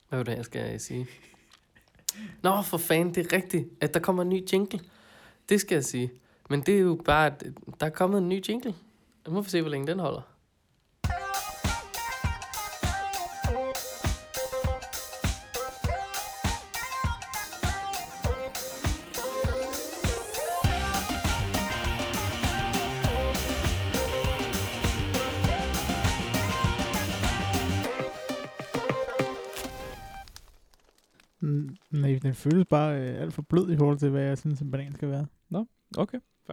Hvad var det, jeg skal sige? Nå, for fanden, det er rigtigt, at der kommer en ny jingle. Det skal jeg sige. Men det er jo bare, der er kommet en ny jingle. Nu må vi se, hvor længe den holder. Nej, den føles bare alt for blød i forhold til, hvad jeg synes, en banan skal være. Okay, fair.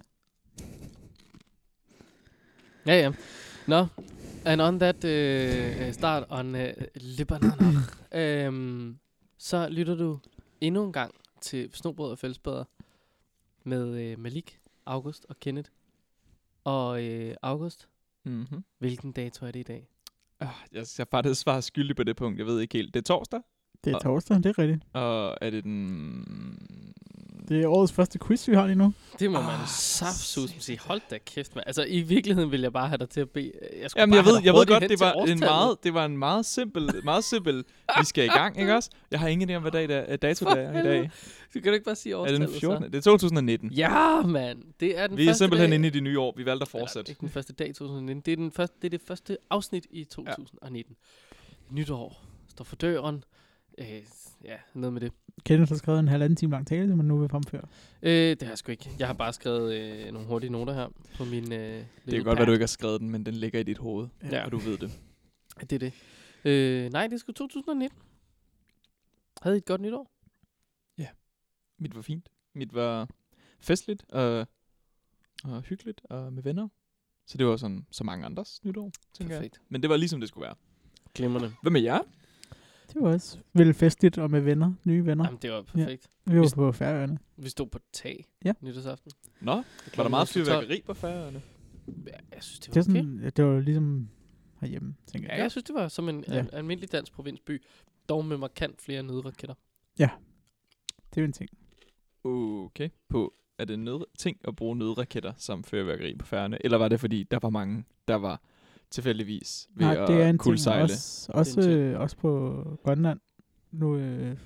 Ja. Nå, and on that start on Le Banana. Så lytter du endnu en gang til Snobrød og Fællesbader med Malik, August og Kenneth. Og August, Mm-hmm. hvilken dato er det i dag? Jeg er faktisk svare skyldig på det punkt. Jeg ved ikke helt. Det er torsdag, Det er torsdag, det er rigtigt. og er det den... Det er årets første quiz, vi har lige nu. Det må man saftsus sige. Hold da kæft, man. Altså, i virkeligheden vil jeg bare have dig til at bede. Jamen, jeg ved godt, det var en meget simpel, vi skal i gang, ikke også? Jeg har ingen idé om, hvad dato det er i dag. Du kan du ikke bare sige Er det årstallet, den 14? Det er 2019. Ja, mand. Det er den Vi er første simpelthen dag. inde i det nye år. Vi valgte at Eller, fortsætte. ikke den første dag 2019. Det er det første afsnit i 2019. Nytår står for døren. Ja, noget med det. Kenneth har skrevet en 1,5 time lang tale, som man nu vil fremføre. Det har jeg sgu ikke. Jeg har bare skrevet nogle hurtige noter her på min Det kan godt være, du ikke har skrevet den, men den ligger i dit hoved, Ja. og du ved det. Det er det. Nej, det er sgu 2019. Havde I et godt nytår? Mit var fint. Mit var festligt og hyggeligt og med venner. Så det var sådan så mange andres nytår, tænker jeg. Perfekt. Men det var ligesom det skulle være. Glimrende. Hvad med jer? Det var også vel festligt og med venner, nye venner. Jamen, det var perfekt. Vi var på Færøerne. Vi stod på tag Ja. nytårsaften. Nå, var der meget fyrværkeri på Færøerne? Ja, jeg synes, det Det, var er okay. sådan, det var ligesom herhjemme, tænker Ja, jeg. jeg synes, det var som en Ja. almindelig dansk provinsby. Dog med markant flere nødraketter. Det er jo en ting. Okay. Er det ting at bruge nødraketter som fyrværkeri på Færøerne? Eller var det fordi, der var mange, der var tilfældigvis ved Nej, det er en at kuldsejle? ting. Også på Grønland. Nu,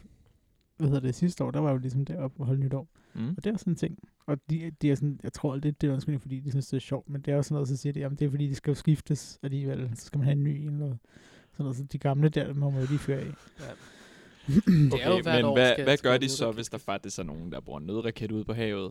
sidste år, der var jo ligesom deroppe og holde nytår. Mm. Og det er sådan en ting. Og de er sådan, jeg tror aldrig, det er undskyldning, fordi de synes, det er sjovt, men det er også sådan noget, så siger de, jamen det er fordi, de skal jo skiftes alligevel. Så skal man have en ny eller sådan noget. Så de gamle der må man jo lige fyre af. Ja. Okay, er jo hvert men år, hvad skal gør man de så, nødraket. hvis der faktisk er nogen, der bruger nødraket ude på havet?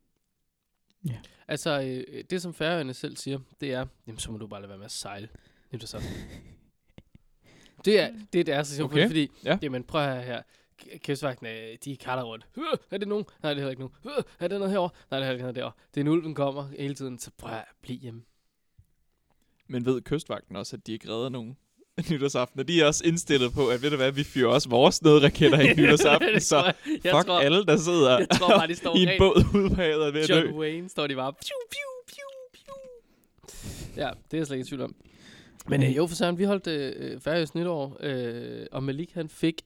Altså, det som Færøerne selv siger, det er, jamen så må du bare lade være med at sejle nytårsaften. Det er deres situation, Okay, fordi, ja. jamen prøv at høre her, kævsvagten, de kalder rundt. Er det nogen? Nej, det er heller ikke nogen. Er det noget herovre? Nej, det er heller ikke noget derovre. Det er en ulv, den kommer hele tiden, så prøv at blive hjemme. Men ved kystvagten også, at de ikke redder nogen nytårsaften? Og de er også indstillet på, at ved du hvad, vi fyrer også vores nødraketter i nytårsaften, så fuck alle, der sidder jeg tror bare, de står i en rent. båd ude på havet og er ved at dø. John Wayne står de bare. Piu, piu, piu, piu. Ja, det er jeg slet ikke i tvivl om. Men jo, for søren, vi holdt Færøs nytår, og Malik, han fik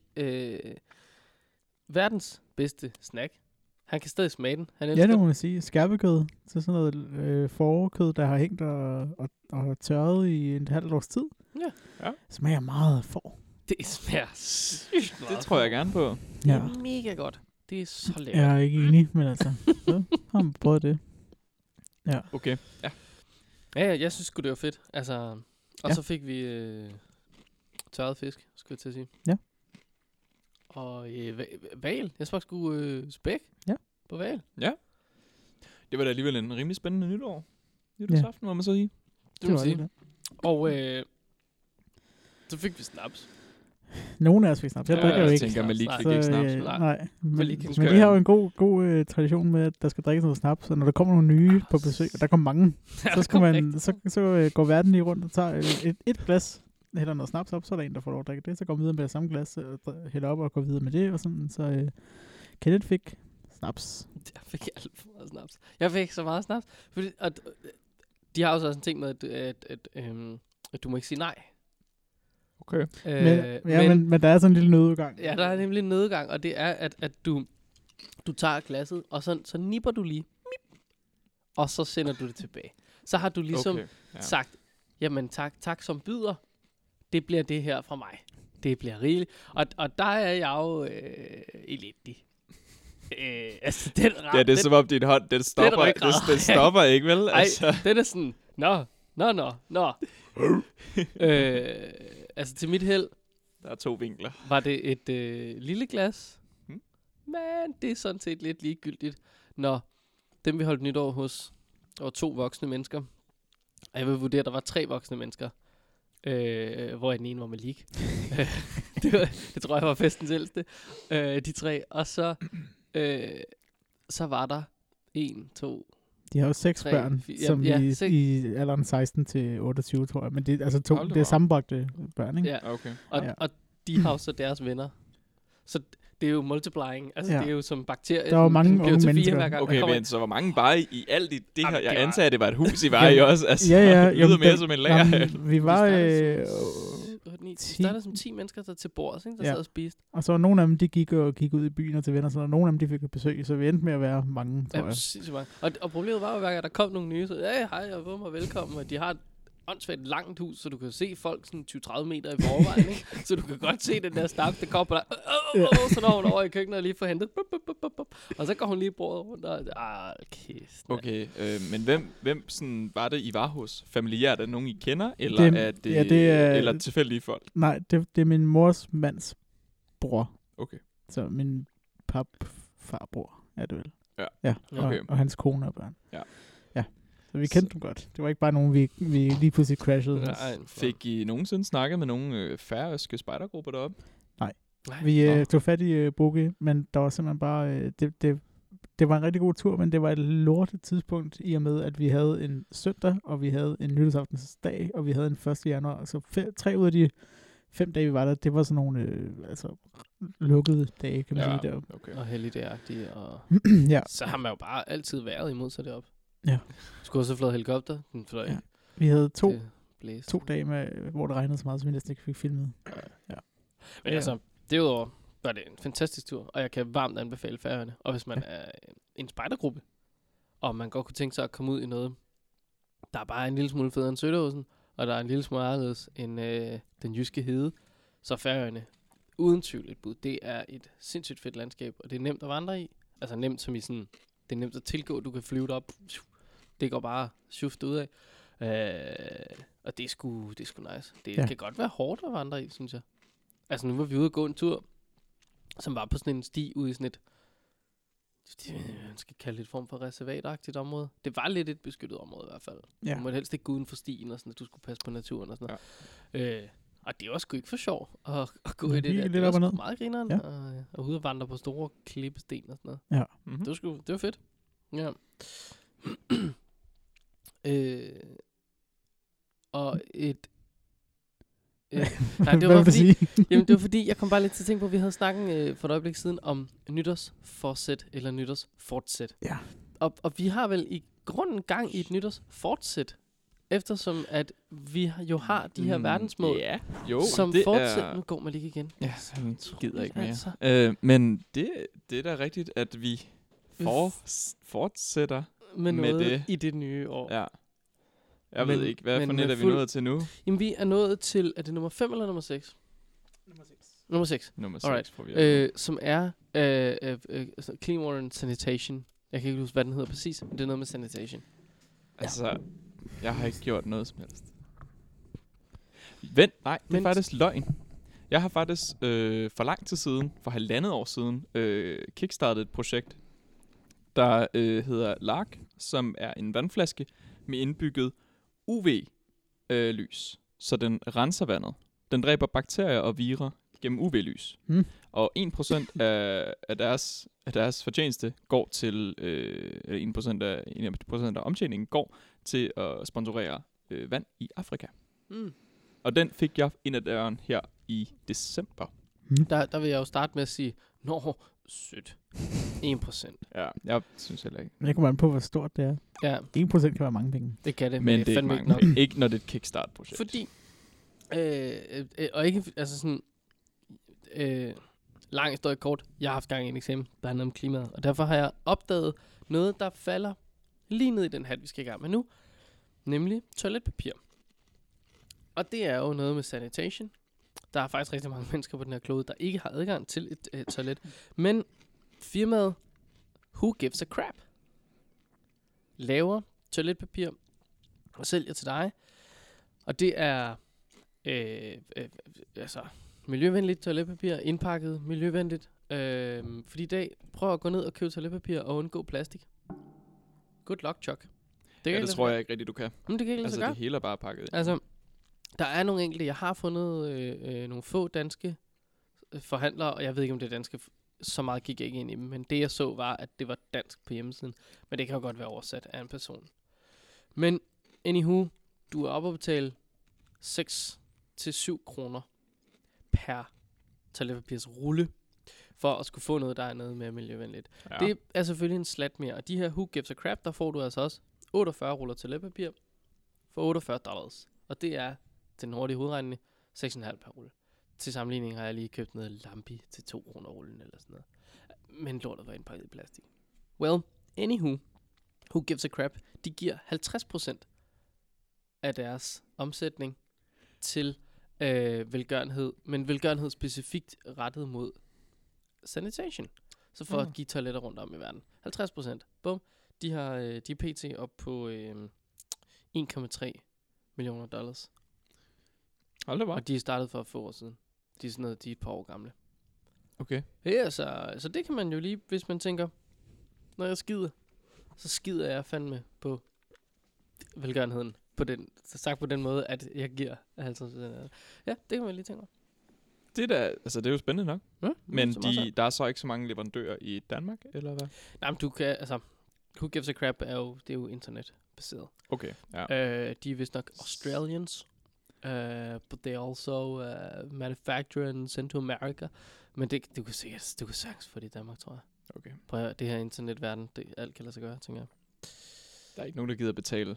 verdens bedste snack. Han kan stadig smage den. Han Ja, elsker det må man sige. Skærpekød. Så sådan noget fårekød, der har hængt og tørret i en halvt års tid. Ja. Smager meget af får. det smager sygt meget. Det tror jeg gerne på. Det Ja. er mega godt. Det er så lækkert. Jeg er ikke enig, men altså, så har man prøvet det. Ja. Okay. Ja. Ja, jeg synes sgu, det var fedt. Altså, og Ja. så fik vi tørret fisk, skulle jeg til at sige. Ja. Og val. Jeg smagte sgu spæk Ja. på val. Det var da alligevel en rimelig spændende nytårsaften, må man så sige. Det må man var sige. det. Og så fik vi snaps. Nogle af os fik snaps. Jeg Ja, drikker jo jeg ikke. tænker, Malik fik Så, ikke snaps. Nej. Men Malik, han de skal- har jo en god tradition med, at der skal drikkes noget snaps, og når der kommer nogle nye på besøg, og der kommer mange, så skal man, så går verden lige rundt og tager et glas, hælder noget snaps op, så er der en, der får lov at drikke det, så går man videre med det samme glas, hælder op og går videre med det, og sådan, så Kenneth fik snaps. Jeg fik alt for meget snaps. Jeg fik så meget snaps. Fordi, at, de har jo så også en ting med, at du må ikke sige nej. Okay. Men der er sådan en lille nødudgang. Ja, der er nemlig en nødgang, og det er, at du tager glasset, og så nipper du lige, og så sender du det tilbage. Så har du ligesom Okay. Ja. sagt, jamen tak som byder, det bliver det her fra mig. Det bliver rigeligt. Og der er jeg jo elendig. Altså, det er som om din hånd, den stopper ikke, vel? Nej, den er sådan, nå. Altså, til mit held. Der er 2 vinkler. Var det et lille glas? Men det er sådan set lidt ligegyldigt. Når dem vi holdt nytår hos, der var 2 voksne mennesker. Og jeg vil vurdere, at der var 3 voksne mennesker. Hvor den ene var Malik. det tror jeg var festens ældste. De 3. Og så var der 1, 2... De har jo 6 3, børn, 4, som ja, i alderen 16 til 28, tror jeg. Men det er altså 2, det er sammenbragte børn, ikke? Ja, okay. Og de har jo så deres venner. Så det er jo multiplying. Altså, det er jo som bakterier. Der var mange unge mennesker. Okay, men så var mange bare i alt i det her. Jeg antager, at det var et hus, I var i også. Altså, ja. Det lyder mere som en lager. Vi var... Vi startede som 10 mennesker der til bordet, der sad og spiste. Og så var nogle af dem, de gik ud i byen og til venner, så nogle af dem, de fik besøg, så vi endte med at være mange, tror jeg. Præcis, mange. Og problemet var jo, at der kom nogle nye, så hej, jeg var mig velkommen, og de har et åndssvagt langt hus, så du kan se folk sådan 20-30 meter i forvejen, ikke? Så du kan godt se den der stak, der kommer der, så når hun over i køkkenet og lige får hentet, og så går hun lige bordet rundt, og kæft. Okay, men hvem sådan var det, I var hos? Familiært, er det nogen, I kender, eller det er eller tilfældige folk? Nej, det er min mors mands bror. Okay. Så min farbror er det vel. Ja. Okay. Og hans kone og børn. Ja. Så vi kendte dem godt. Det var ikke bare nogen, vi lige pludselig crashede. Fik I nogensinde snakket med nogle færøske spejdergrupper deroppe? Nej. Vi tog fat i Bukke, men der var simpelthen bare... Det var en rigtig god tur, men det var et lortet tidspunkt i og med, at vi havde en søndag, og vi havde en nytårsaftensdag, og vi havde en 1. januar. Så 3 ud af de 5 dage, vi var der, det var sådan nogle lukkede dage, kan man sige deroppe. Okay. Og helligdagagtige, og så har man jo bare altid været imod sig deroppe. Ja. Skulle også have flået helikopter. Den fløj. Ja. Vi havde 2 dage, hvor det regnede så meget, som vi næsten ikke fik filmet. Ja. Men altså, derudover var det en fantastisk tur, og jeg kan varmt anbefale Færøerne. Og hvis man er en spejdergruppe, og man godt kunne tænke sig at komme ud i noget, der er bare en lille smule federe end Sønderåsen, og der er en lille smule anderledes end den jyske hede, så Færøerne uden tvivl et bud. Det er et sindssygt fedt landskab, og det er nemt at vandre i. Altså nemt som i sådan, det er nemt at tilgå, du kan flyve op. Det går bare sjuft ud af. Og det er sgu nice. Det kan godt være hårdt at vandre i, synes jeg. Altså nu var vi ude og gå en tur, som var på sådan en sti ude i sådan et, man skal kalde det et form for reservatagtigt område. Det var lidt et beskyttet område i hvert fald. Ja. Du måtte helst ikke gå uden for stien, og sådan, at du skulle passe på naturen og sådan noget. Ja. Og det var sgu ikke for sjov at gå i det der. Det var sgu meget grineren. Ja. Og ude og vandre på store klippesten og sådan noget. Ja. Mm-hmm. Det var fedt. Ja. Og et... nej, det var fordi, jeg kom bare lidt til at tænke på, at vi havde snakket for et øjeblik siden om nytårsforsæt eller nytårsfortsæt. Ja. Og vi har vel i grunden gang i et nytårsfortsæt, eftersom at vi jo har de her verdensmål, som fortsæt. Nu går man lige igen. Ja, han gider ikke mere. Men det er da rigtigt, at vi fortsætter med noget det i det nye år. Ja. Jeg ved ikke, hvad for net er vi nået til nu? Jamen, vi er nået til, er det nummer 5 eller nummer 6? Nummer 6. Nummer 6 får vi som er Clean Water and Sanitation. Jeg kan ikke huske, hvad den hedder præcis, men det er noget med sanitation. Altså, jeg har ikke gjort noget som helst. Vent, nej, det er faktisk løgn. Jeg har faktisk for lang tid siden, for 1,5 år siden, kickstartet et projekt, der hedder LARK, som er en vandflaske med indbygget UV-lys. Så den renser vandet. Den dræber bakterier og virer gennem UV-lys. Og 1% af deres fortjeneste går til, 1% af omtjeningen går til at sponsorere vand i Afrika. Og den fik jeg ind ad døren her i december. Der vil jeg jo starte med at sige, sødt. 1%. Ja, jeg synes heller ikke. Men jeg kommer an på, hvor stort det er. Ja. 1% kan være mange penge. Det kan det, men det er ikke mange penge. Ikke når det er et kickstart-projekt. Fordi, og ikke, altså sådan, lang historie kort, jeg har haft gang i en eksamen, der handler om klimaet, og derfor har jeg opdaget noget, der falder lige ned i den hat, vi skal i gang med nu, nemlig toiletpapir. Og det er jo noget med sanitation, Der er faktisk rigtig mange mennesker på den her klode, der ikke har adgang til et toilet. Men firmaet Who Gives a Crap laver toiletpapir og sælger til dig. Og det er miljøvenligt toiletpapir, indpakket miljøvenligt. Fordi i dag, prøv at gå ned og købe toiletpapir og undgå plastik. Good luck, Chuck. Det tror jeg ikke rigtigt, du kan. Men det kan ikke lade sig gøre. Det hele er bare pakket ind. Altså, der er nogle enkelte, jeg har fundet nogle få danske forhandlere, og jeg ved ikke, om det er danske, så meget gik jeg ikke ind i dem, men det jeg så var, at det var dansk på hjemmesiden, men det kan jo godt være oversat af en person. Men anywho, du er oppe at betale 6-7 kroner per toiletpapirsrulle, for at skulle få noget, der er noget mere miljøvenligt. Ja. Det er selvfølgelig en slat mere, og de her Who Gives a Crap, der får du altså også 48 ruller toiletpapir for $48. Og det er den hurtige hovedregning 6,5 per rulle. Til sammenligning har jeg lige købt noget Lambi til 2 kroner rullen eller sådan noget. Men lortet var indpakket i plastik. Well, anywho, Who Gives a Crap, de giver 50% af deres omsætning til velgørenhed, men velgørenhed specifikt rettet mod sanitation. Så for at give toiletter rundt om i verden. 50%. Bum. De er pt. Op på $1,3 million. Hold da bare. Og de er startet for få år siden. De er sådan noget, de er et par år gamle. Okay. Ja, så det kan man jo lige, hvis man tænker, når jeg skider, så skider jeg fandme på velgørenheden. Sagt på den måde, at jeg giver 50%. Ja, det kan man lige tænke over. Det er jo spændende nok. Ja, men der er så ikke så mange leverandører i Danmark, eller hvad? Nej, men du kan, Who Gives a Crap det er jo internetbaseret. Okay, ja. De er vist nok Australians, but they also manufacture and send to America. Men du kan sagtens få det i Danmark, tror jeg. Okay. Prøv det her internetverden, alt kan lade sig gøre, tænker jeg. Der er ikke nogen, der gider betale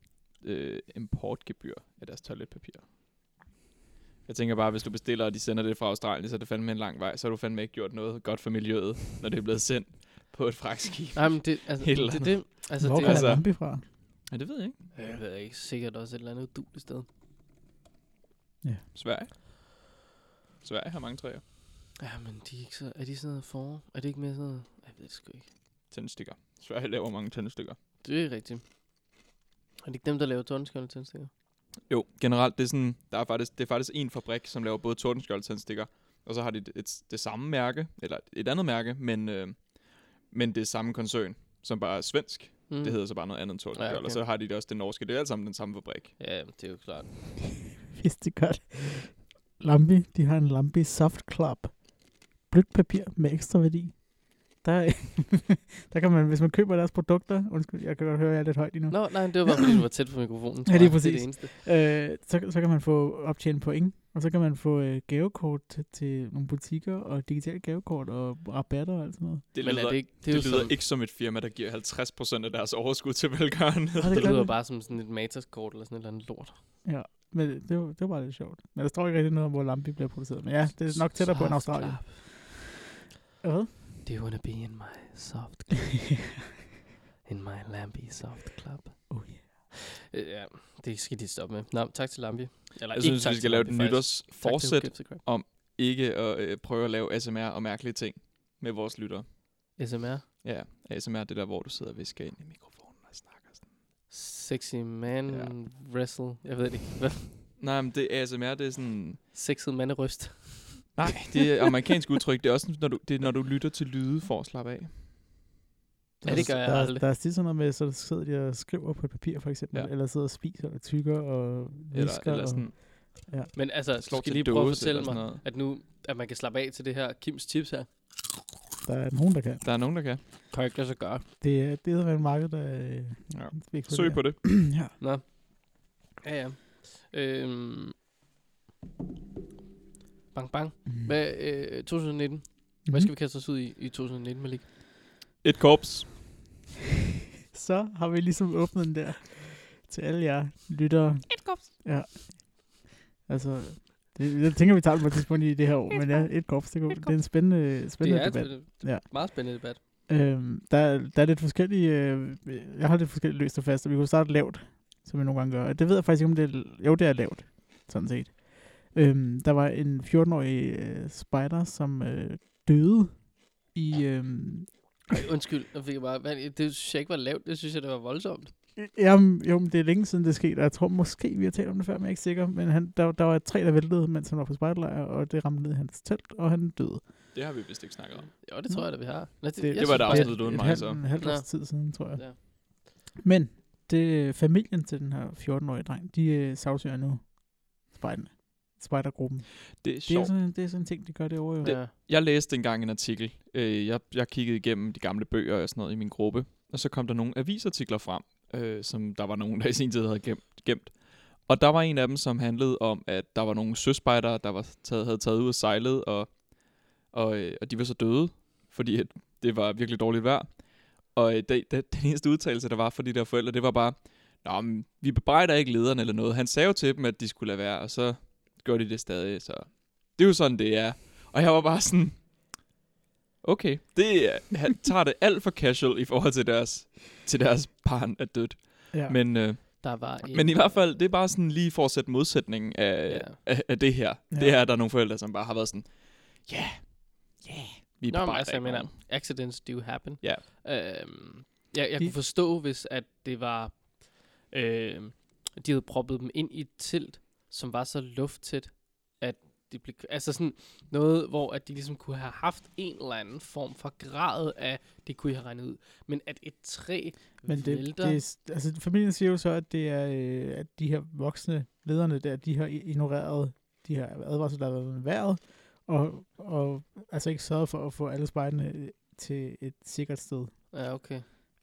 importgebyr af deres toiletpapir. Jeg tænker bare, hvis du bestiller, og de sender det fra Australien, så er det fandme en lang vej. Så har du fandme ikke gjort noget godt for miljøet, når det er blevet sendt på et fragtskib. Nej, men det. Hvor kan Lambi fra? Ja, det ved jeg ikke. Jeg ved ikke. Sikkert også et eller andet uduligt sted. Ja. Sverige har mange træer. Ja, men de er ikke så... Er de sådan noget for? Er det ikke mere sådan noget... Jeg ved det sgu ikke. Tændstikker. Sverige laver mange tændstikker. Det er rigtigt. Er det ikke dem, der laver tordenskjold tændstikker? Jo, generelt, det er faktisk en fabrik, som laver både tordenskjold tændstikker, og så har de det samme mærke, eller et andet mærke, men det er samme koncern, som bare er svensk. Det hedder så bare noget andet end tordenskjold, okay. Og så har de det også det norske. Det er alt sammen den samme fabrik. Ja, det er jo klart. Vidste godt. Lambi, de har en Lambi Soft Club. Blødt papir med ekstra værdi. Der kan man, hvis man køber deres produkter, undskyld, jeg kan godt høre, at jeg er lidt højt lige nu. Nej, det var bare fordi, du var tæt på mikrofonen. Ja, det er præcis. Det er det eneste. Så kan man få optjent point, og så kan man få gavekort til nogle butikker, og digitale gavekort, og rabatter og alt sådan noget. Det lyder ikke som et firma, der giver 50% af deres overskud til velgørenhed. Det lyder bare som sådan et Matas-kort, eller sådan et eller andet lort. Ja, men det var bare lidt sjovt. Men der står ikke rigtig noget om, hvor Lambi bliver produceret. Men ja, det er nok tættere på en Australien. Hvad? Do you wanna be in my soft club? In my Lambi soft club. Oh yeah. Ja, det skal de stoppe med. Nå, tak til Lambi. Jeg synes, vi skal lave et nytårsforsæt om ikke at prøve at lave ASMR og mærkelige ting med vores lyttere. ASMR? Ja, ASMR det der, hvor du sidder og visker ind i mikrofonen og snakker sådan. Sexy man wrestle. Jeg ved det ikke. Hvad? Nej, men det ASMR, det er sådan... Sexet manderøst. Nej, det er amerikansk udtryk. Det er også, når du lytter til lyde for at slappe af. Ja, det gør jeg aldrig. Der er sådan noget med, så sidder de og skriver på et papir, for eksempel. Ja. Eller sidder og spiser og tykker og visker. Eller sådan. Ja. Men altså, du skal lige prøve at fortælle mig, at man kan slappe af til det her Kims Chips her. Der er nogen, der kan. Der er nogen, der kan. Kan ikke lade sig gøre. Det er et marked, der... Søg på det. Ja. Nå. Ja. Bang, bang. Hvad, 2019. Hvad skal vi kaste os ud i 2019, Malik? Et korps. Så har vi ligesom åbnet den der til alle jer lyttere. Et korps. Ja. Altså, jeg tænker, vi tager det på et tidspunkt i det her år, men ja, et korps. Det er en spændende debat. Det er meget spændende debat. Der er lidt forskellige... jeg har lidt forskellige løst og fast, og vi kunne starte lavt, som vi nogle gange gør. Det ved jeg faktisk ikke, om det er... Jo, det er lavt, sådan set. Der var en 14-årig spejder, som døde i... Undskyld, jeg fik bare, det synes jeg ikke var lavt, det synes jeg, det var voldsomt. Jamen, jo, men det er længe siden, det skete, og jeg tror måske, vi har talt om det før, men jeg er ikke sikker. Men der var 3, der væltede, mens han var på spejderlejr, og det ramte ned i hans telt, og han døde. Det har vi vist ikke snakket om. Jo, det tror jeg, da vi har. Nej, det var et afsnit uden mig, så. En halv års tid siden, tror jeg. Ja. Men familien til den her 14-årige dreng, de sagsøger nu spejdergruppen. Det er sjovt. Det er sådan en ting, de gør derovre jo. Ja. Jeg læste engang en artikel. Jeg kiggede igennem de gamle bøger og sådan noget i min gruppe, og så kom der nogle avisartikler frem, som der var nogen, der i sin tid havde gemt. Og der var en af dem, som handlede om, at der var nogle søspejdere, der havde taget ud og sejlet, og de var så døde, fordi det var virkelig dårligt vejr. Og den eneste udtalelse, der var for de der forældre, det var bare, nå, men vi bebrejder ikke lederen eller noget. Han sagde jo til dem, at de skulle lade være, og så gør de det stadig. Så det er jo sådan, det er. Og jeg var bare sådan, okay, han tager det alt for casual i forhold til deres barn er dødt. Ja. Men i hvert fald, det er bare sådan lige for at sætte modsætningen af det her. Ja. Det her, der er nogle forældre, som bare har været sådan, vi bebrejder ikke nogen. Accidents do happen. Ja. Jeg kunne forstå, hvis at det var, de havde proppet dem ind i et telt, som var så lufttæt, at det blev, altså sådan noget, hvor at de ligesom kunne have haft en eller anden form for grad af, det kunne I have regnet ud. Men at et træ vælter... altså familien siger jo så, at det er, at de her voksne lederne der, de har ignoreret de her advarsler, der har været med vejret, og altså ikke sørget for at få alle spejderne til et sikkert sted. Ja, okay.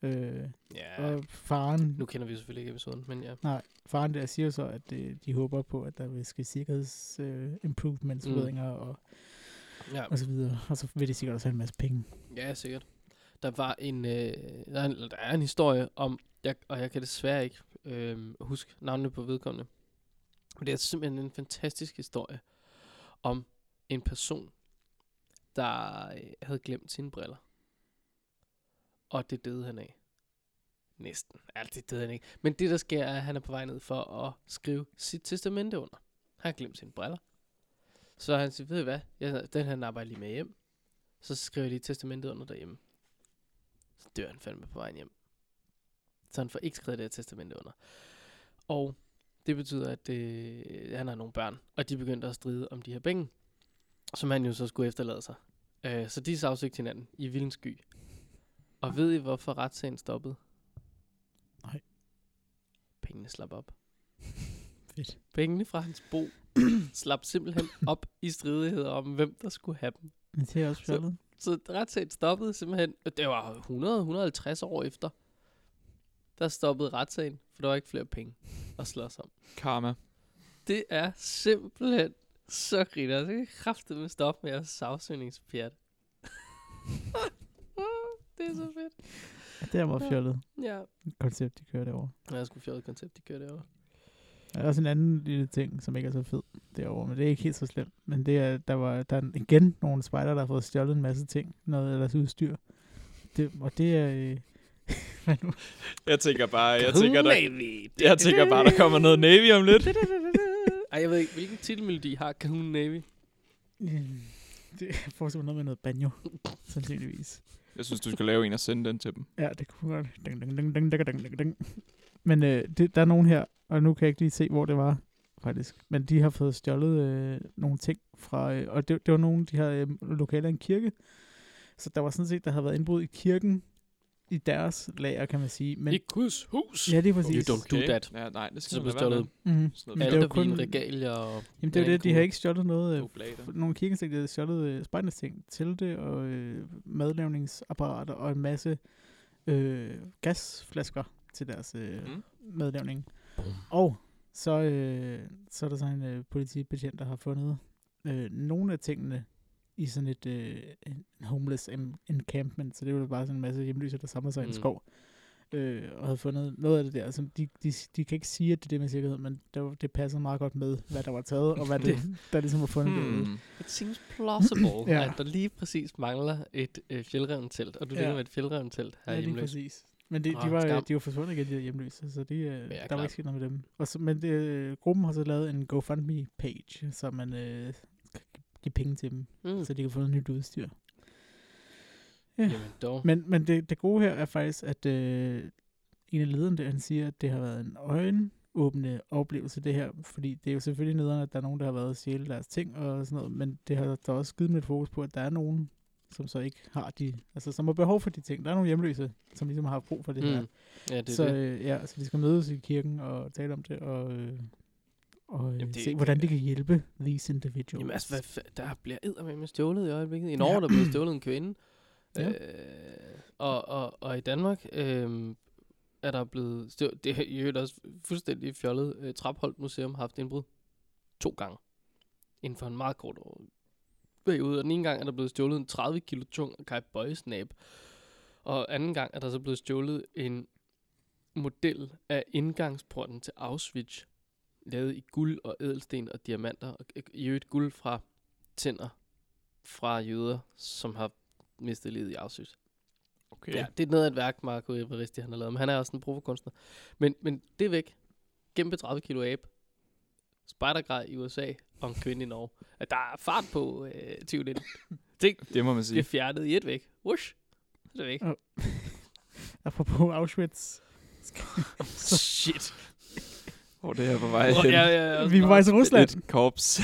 Og faren... Nu kender vi selvfølgelig ikke episoden, men ja. Nej, faren der siger så, at de håber på, at der vil ske sikkerhedsimprovements-forbedringer og så videre. Og så vil de sikkert også have en masse penge. Ja, sikkert. Der var der er en historie om, og jeg kan desværre ikke huske navnene på vedkommende. Men det er simpelthen en fantastisk historie om en person, der havde glemt sine briller. Og det døde han af. Næsten. Altså, det døde han ikke. Men det, der sker, er, at han er på vej ned for at skrive sit testamente under. Han har glemt sine briller. Så han siger, ved I hvad? Den her arbejder lige med hjem. Så skriver de testamentet under derhjemme. Så dør han fandme på vejen hjem. Så han får ikke skrevet det her testamente under. Og det betyder, at han har nogle børn. Og de begyndte at stride om de her penge, som han jo så skulle efterlade sig. Så de sagsøgte hinanden i vildens sky. Og ved I, hvorfor retssagen stoppede? Nej. Pengene slap op. Fedt. Pengene fra hans bo slap simpelthen op i stridigheder om, hvem der skulle have dem. Det er også fjollet. Så retssagen stoppede simpelthen, det var 100-150 år efter, der stoppede retssagen, for der var ikke flere penge at slås om. Karma. Det er simpelthen så griner. Så kan jeg kraftedeme stoppe med at sagsøgningspjat. Det er så fedt. Ja, det er meget fjollet. Ja. Koncept, de kører derovre. Ja, det er sgu fjollet koncept, de kører derovre. Der er også en anden lille ting, som ikke er så fed derovre, men det er ikke helt så slemt. Men det er, der er igen nogle spejder, der har fået stjålet en masse ting, noget af deres udstyr. Og det er... hvad nu? Jeg tænker bare, der kommer noget Navy om lidt. Ej, jeg ved ikke, hvilken titelmelodi har Kahun Navy? Det forestiller noget med noget banjo, sandsynligvis. Jeg synes, du skal lave en og sende den til dem. Ja, det kunne godt. Men der er nogen her, og nu kan jeg ikke lige se, hvor det var, faktisk. Men de har fået stjålet nogle ting fra... og det var nogle, de her lokaler i en kirke. Så der var sådan set, der havde været indbrud i kirken, i deres lager, kan man sige. Men i Guds hus. Ja, det er præcis. You don't do that. Ja, nej, det skal så man stjålet. Aldervin, regalier og... Jamen, det er det. De har ikke stjålet noget... nogle kirkensting, de har stjålet spejderting, telte og madlavningsapparater og en masse gasflasker til deres madlavning. Og så er der så en politibetjent, der har fundet nogle af tingene i sådan et en homeless encampment, så det var bare sådan en masse hjemløse, der samler sig i en skov, og havde fundet noget af det der, som de kan ikke sige, at det er det med sikkerhed, men det passer meget godt med, hvad der var taget, og hvad der ligesom var fundet. It seems plausible, at der lige præcis mangler et fjeldreventelt, og du ligger med et fjeldreventelt her hjemløs. Præcis. Men de var forsvundet igen, de der hjemløse, så der var ikke sket noget med dem. Og så, men gruppen har så lavet en GoFundMe-page, så man kan give penge til dem, så de kan få noget nyt udstyr. Ja. Men det gode her er faktisk, at en af lederne der, han siger, at det har været en øjenåbne oplevelse, det her. Fordi det er jo selvfølgelig nederen, at der er nogen, der har været og stjæle deres ting og sådan noget, men det har der også givet med et fokus på, at der er nogen, som så ikke har som har behov for de ting. Der er nogle hjemløse, som ligesom har brug for det her. Ja, det så, så de skal mødes i kirken og tale om det, og se, hvordan de kan hjælpe these individuals. Jamen altså, der bliver eddermame stjålet i øjeblikket. I Norge, der bliver stjålet en kvinde. Ja. Og i Danmark er der blevet stjålet. Det er i øvrigt også fuldstændig fjollet. Trapholt Museum har haft indbrud 2 gange. Inden for en meget kort periode. Og den ene gang er der blevet stjålet en 30 kilo tung Kai Boys-næb. Og anden gang er der så blevet stjålet en model af indgangsporten til Auschwitz. Lavet i guld og ædelsten og diamanter. Og i øvrigt guld fra tænder fra jøder, som har mistet livet i Auschwitz. Okay. Ja, det er noget af et værk, Marco Evaristi, han har lavet. Men han er også en provokunstner. Men det er væk. Gennem 30 kilo ab. Spejdergrej i USA og en kvinde i Norge. At der er fart på 2019. Det må man sige. Det er fjernet i et væk. Whoosh. Så er det væk. Apropos Auschwitz. Shit. Hvor det her på vej hen. Vi er på vej til Rusland. Et korps.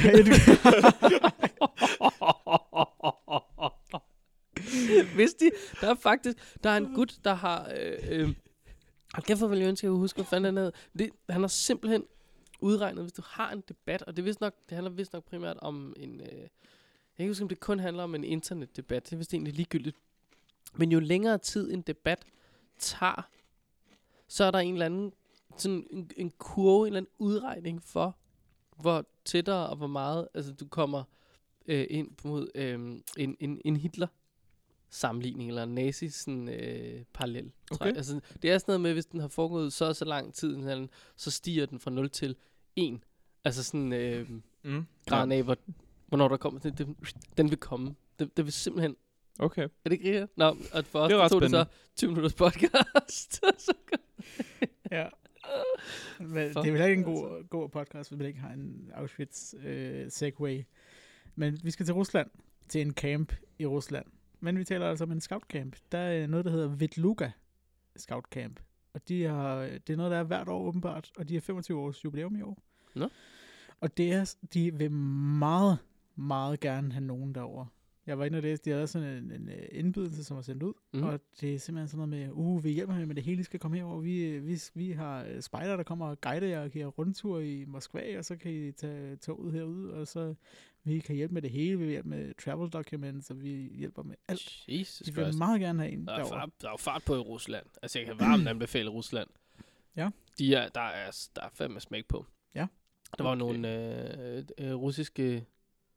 Vidste de? Der er en gut, der har... kæft for, vil jeg ønske, at jeg huske, hvad fanden han havde. Han har simpelthen udregnet, hvis du har en debat, og det handler vist nok primært om en... jeg kan ikke huske, om det kun handler om en internetdebat. Det er vist egentlig ligegyldigt. Men jo længere tid en debat tager, så er der en eller anden sådan en kurve, en eller anden udregning for, hvor tættere og hvor meget du kommer ind mod en Hitler-sammenligning, eller en nazi-parallel. Okay. Altså, det er sådan noget med, hvis den har foregået så lang tid, så stiger den fra 0 til 1. Altså sådan graden af, hvornår der kommer. Den vil komme. Det vil simpelthen... Okay. Er det ikke rigtigt? Nå, og for os det tog det så 20 minutters podcast. Ja. Men det er vel ikke en god podcast, hvis man ikke har en Auschwitz segway. Men vi skal til Rusland, til en camp i Rusland. Men vi taler altså om en scoutcamp. Der er noget, der hedder Vetluga Scout Camp. Og det er noget, der er hvert år åbenbart, og de har 25 års jubilæum i år. Nå. Og de vil meget, meget gerne have nogen derover. Jeg var inde og læste, de havde sådan en indbydelse, som var sendt ud, og det er simpelthen sådan noget med, vi hjælper med det hele, I skal komme herover. Vi har spejder, der kommer og guider jer og giver rundtur i Moskva, og så kan I tage toget herude, og så vi kan hjælpe med det hele, vi hjælper med travel documents, og vi hjælper med alt. Jesus de vil meget gerne have en derovre. Der er jo fart på i Rusland. Altså, jeg kan varmt anbefale Rusland. Ja. Der er fandme smæk på. Ja. Der var nogle russiske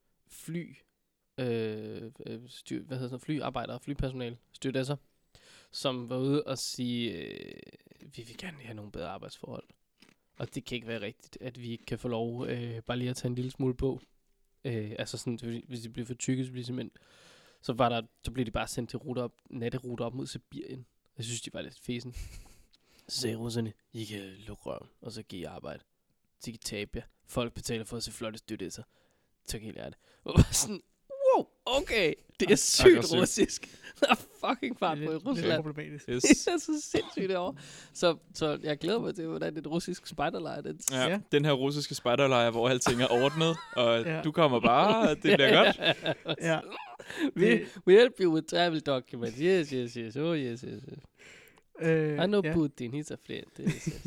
flyarbejdere, flypersonale, stewardesser, som var ude og sige, vi vil gerne have nogle bedre arbejdsforhold. Og det kan ikke være rigtigt, at vi ikke kan få lov bare lige at tage en lille smule på. Altså sådan, hvis de bliver for tykke, så bliver de bare sendt til natteruter op mod Sibirien. Jeg synes, de var lidt fesen. Så sagde russerne, I kan lukke røven, og så give arbejde. Så I kan tabe jer. Folk betaler for at se flotte stewardesser. Så kan I lære det. Og sådan, wow, okay, det er sygt russisk. Der er fucking fart på i Rusland. Det er problematisk. Yes. Det er så sindssygt derovre. Så jeg glæder mig til, hvordan et russisk spejderlejr den. Ja, den her russiske spejderlejr, hvor alting er ordnet, og du kommer bare, det bliver godt. Ja. We help you with travel documents. Yes. Oh, yes. I know Putin, he's a flint.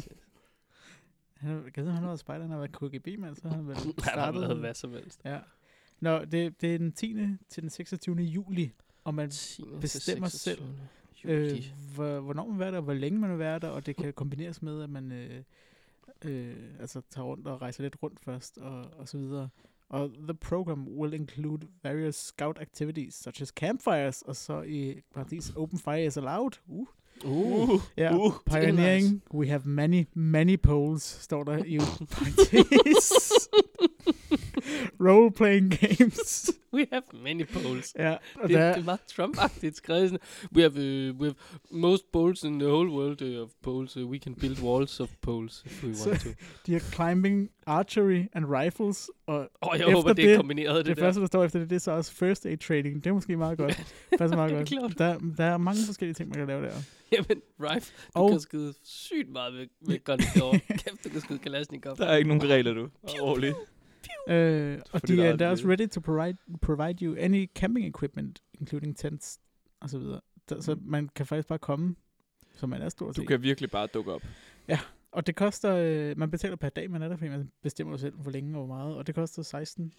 Han har været spejder, han har været KGB-mand, så har han været startet. Han har været hvad som helst. Ja. Nå, det er den 10. til den 26. juli, og man bestemmer selv, hvornår man vil være der, hvor længe man vil være der, og det kan kombineres med, at man tager rundt og rejser lidt rundt først, og så videre. Og the program will include various scout activities, such as campfires, og så i parentes, open fire is allowed. Pioneering, nice. We have many poles, står der i parentes. role-playing games. We have many polls. Ja, og Det er meget Trump-agtigt skrevet. We have most polls in the whole world of polls. We can build walls of polls if we want to. De har climbing, archery and rifles. Og jeg håber, det er kombineret det første, der står efter det er så også first aid trading. Det er måske meget godt. Passer meget godt. Der er mange forskellige ting, man kan lave der. Jamen, rifle. Du kan skyde sygt meget med guns over. Kæft, du kan skyde Kalashnikov. Der er ikke nogen regler, du. Roligt. Og de er også ready to provide you any camping equipment, including tents, og så videre. Så man kan faktisk bare komme, som man er stort set. Du kan virkelig bare dukke op. Ja, og det koster, man betaler per dag, man er der, fordi man bestemmer selv, hvor længe og hvor meget, og det koster 16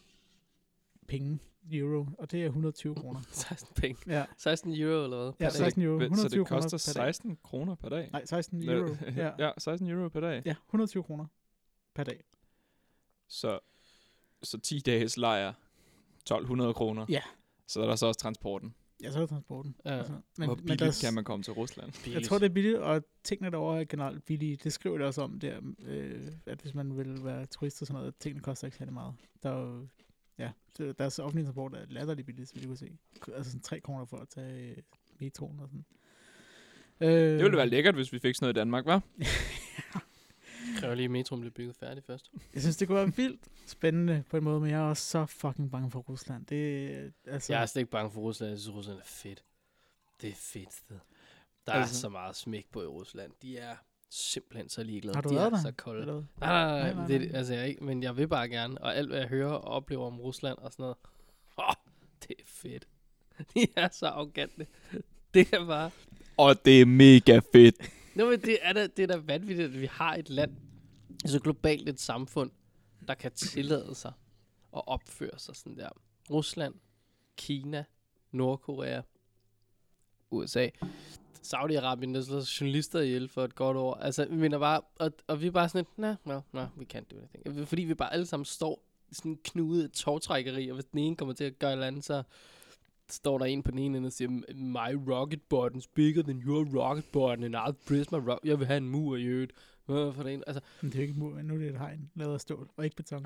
euro, og det er 120 kroner. 16 penge? Ja. 16 euro eller hvad? Ja, 16 euro. 120 så det koster 16 kroner per dag? Nej, 16 euro. Ja, 16 euro per dag? Ja, 120 kroner per dag. Så 10 dages lejr, 1200 kroner. Ja. Så er der så også transporten. Ja, så er der transporten. Ja. Altså, hvor billigt kan man komme til Rusland? Jeg tror, det er billigt, og tingene derovre er generelt billige. Det skriver det også om der, at hvis man vil være turist og sådan noget, tingene koster ikke særlig meget. Der er jo, deres offentlige transport er latterligt billigt, vil du kunne se. Altså sådan 3 kroner for at tage metroen og sådan. Det ville være lækkert, hvis vi fik sådan noget i Danmark, hva'? Kræver lige, at metroen bliver bygget færdig først. Jeg synes, det kunne være vildt spændende på en måde, men jeg er også så fucking bange for Rusland. Altså... Jeg er slet ikke bange for Rusland. Jeg synes, Rusland er fedt. Det er et fedt sted. Der er så meget smæk på i Rusland. De er simpelthen så ligeglade. Har du de været er der? så kolde. Nej. Det, altså, men jeg vil bare gerne. Og alt, hvad jeg hører og oplever om Rusland og sådan noget. Det er fedt. De er så arrogante. Det er bare... Og det er mega fedt. Nå, men det er da vanvittigt, at vi har et land, så globalt et samfund, der kan tillade sig at opføre sig sådan der. Rusland, Kina, Nordkorea, USA, Saudi-Arabien, der slår journalister ihjel for et godt år. Altså, vi mener bare, og vi er bare sådan et, no, we can't do anything. Fordi vi bare alle sammen står i sådan en knude togtrækkeri, og hvis den ene kommer til at gøre et eller andet, så står der en på den ene ende og siger, my rocket button's bigger than your rocket button, and I'll press my rocket. Jeg vil have en mur i øvrigt. For det ene. Altså, men det er jo ikke en mur, nu er det et hegn, lavet af stål, og ikke beton.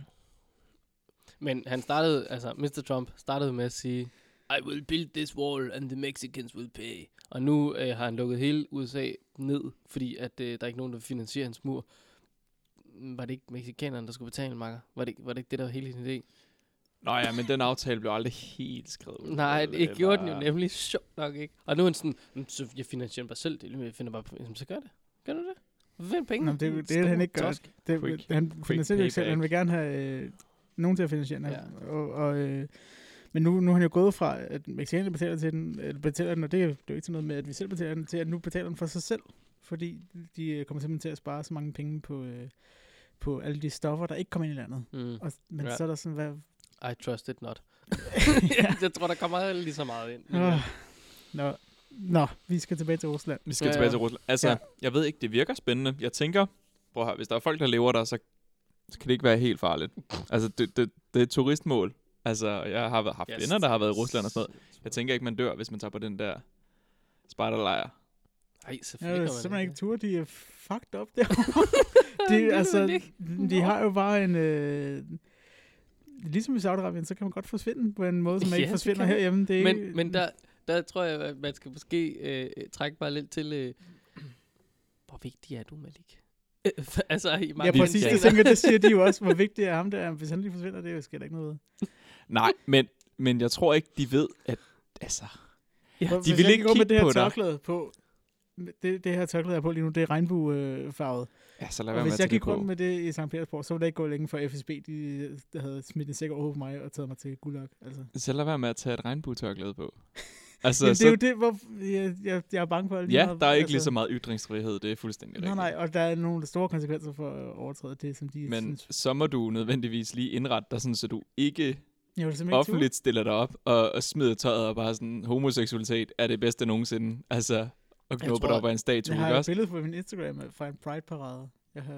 Men han startede, altså Mr. Trump startede med at sige, I will build this wall, and the Mexicans will pay. Og nu har han lukket hele USA ned, fordi at der er ikke nogen, der finansierer hans mur. Var det ikke mexikanerne, der skulle betale, Marker? Var det ikke det, der var hele sin idé? Nå ja, men den aftale blev aldrig helt skrevet ud. Nej, det gjorde den jo nemlig sjovt nok ikke. Og nu er han sådan, så jeg finansierer mig selv, jeg finder bare, så gør det. Gør du det? Find penge. Nå, det er han ikke gør. Han finansierer ikke selv, han vil gerne have nogen til at finansiere den. Ja. Men nu er han jo gået fra, at mexikanerne betaler den, og det er jo ikke sådan noget med, at vi selv betaler den, til at nu betaler den for sig selv. Fordi de kommer simpelthen til at spare så mange penge på alle de stoffer, der ikke kommer ind i landet. Men så er der sådan, hvad... I trust it not. Jeg tror, der kommer lige så meget ind. Nå, vi skal tilbage til Rusland. Vi skal tilbage til Rusland. Altså, jeg ved ikke, det virker spændende. Jeg tænker, prøv at høre, hvis der er folk, der lever der, så kan det ikke være helt farligt. Altså, det er et turistmål. Altså, jeg har haft venner, der har været i Rusland og sådan noget. Jeg tænker ikke, man dør, hvis man tager på den der spejderlejr. Ej, selvfølgelig det er simpelthen ikke tur, de er fucked up derovre. De har jo bare en... Ligesom i Saudi-Arabien, så kan man godt forsvinde på en måde, som man ikke forsvinder herhjemme. Det er men der tror jeg, at man skal måske trække bare lidt til, hvor vigtig er du, Malik? Altså, i mange præcis. Jeg tænker, det siger de jo også, hvor vigtig er ham der. Hvis han lige forsvinder, det er jo sket ikke noget. Nej, men jeg tror ikke, de ved, at... Altså, de vil ikke kigge med det her tørklæde på. Det her tørklæde, jeg er på lige nu, det er regnbuefarvet. Ja, så lad være med at tage det på. Hvis jeg gik rundt med det i St. Petersborg, så ville det ikke gå længe for FSB, der havde smidt en sæk over på mig og taget mig til Gulag. Altså. Så lad være med at tage et regnbuetørklæde på. Altså, det er jo det, hvor jeg er bange for. Der er ikke lige så meget ytringsfrihed, det er fuldstændig rigtigt. Nej, og der er nogle store konsekvenser for at overtræde det, som de men så må du nødvendigvis lige indrette dig sådan, så du ikke offentligt stiller dig op og smider tøjet og bare sådan, homoseksualitet er det bedste nogensinde. Altså... Og knupper op af en statue, jeg har et billede på min Instagram fra en Pride-parade.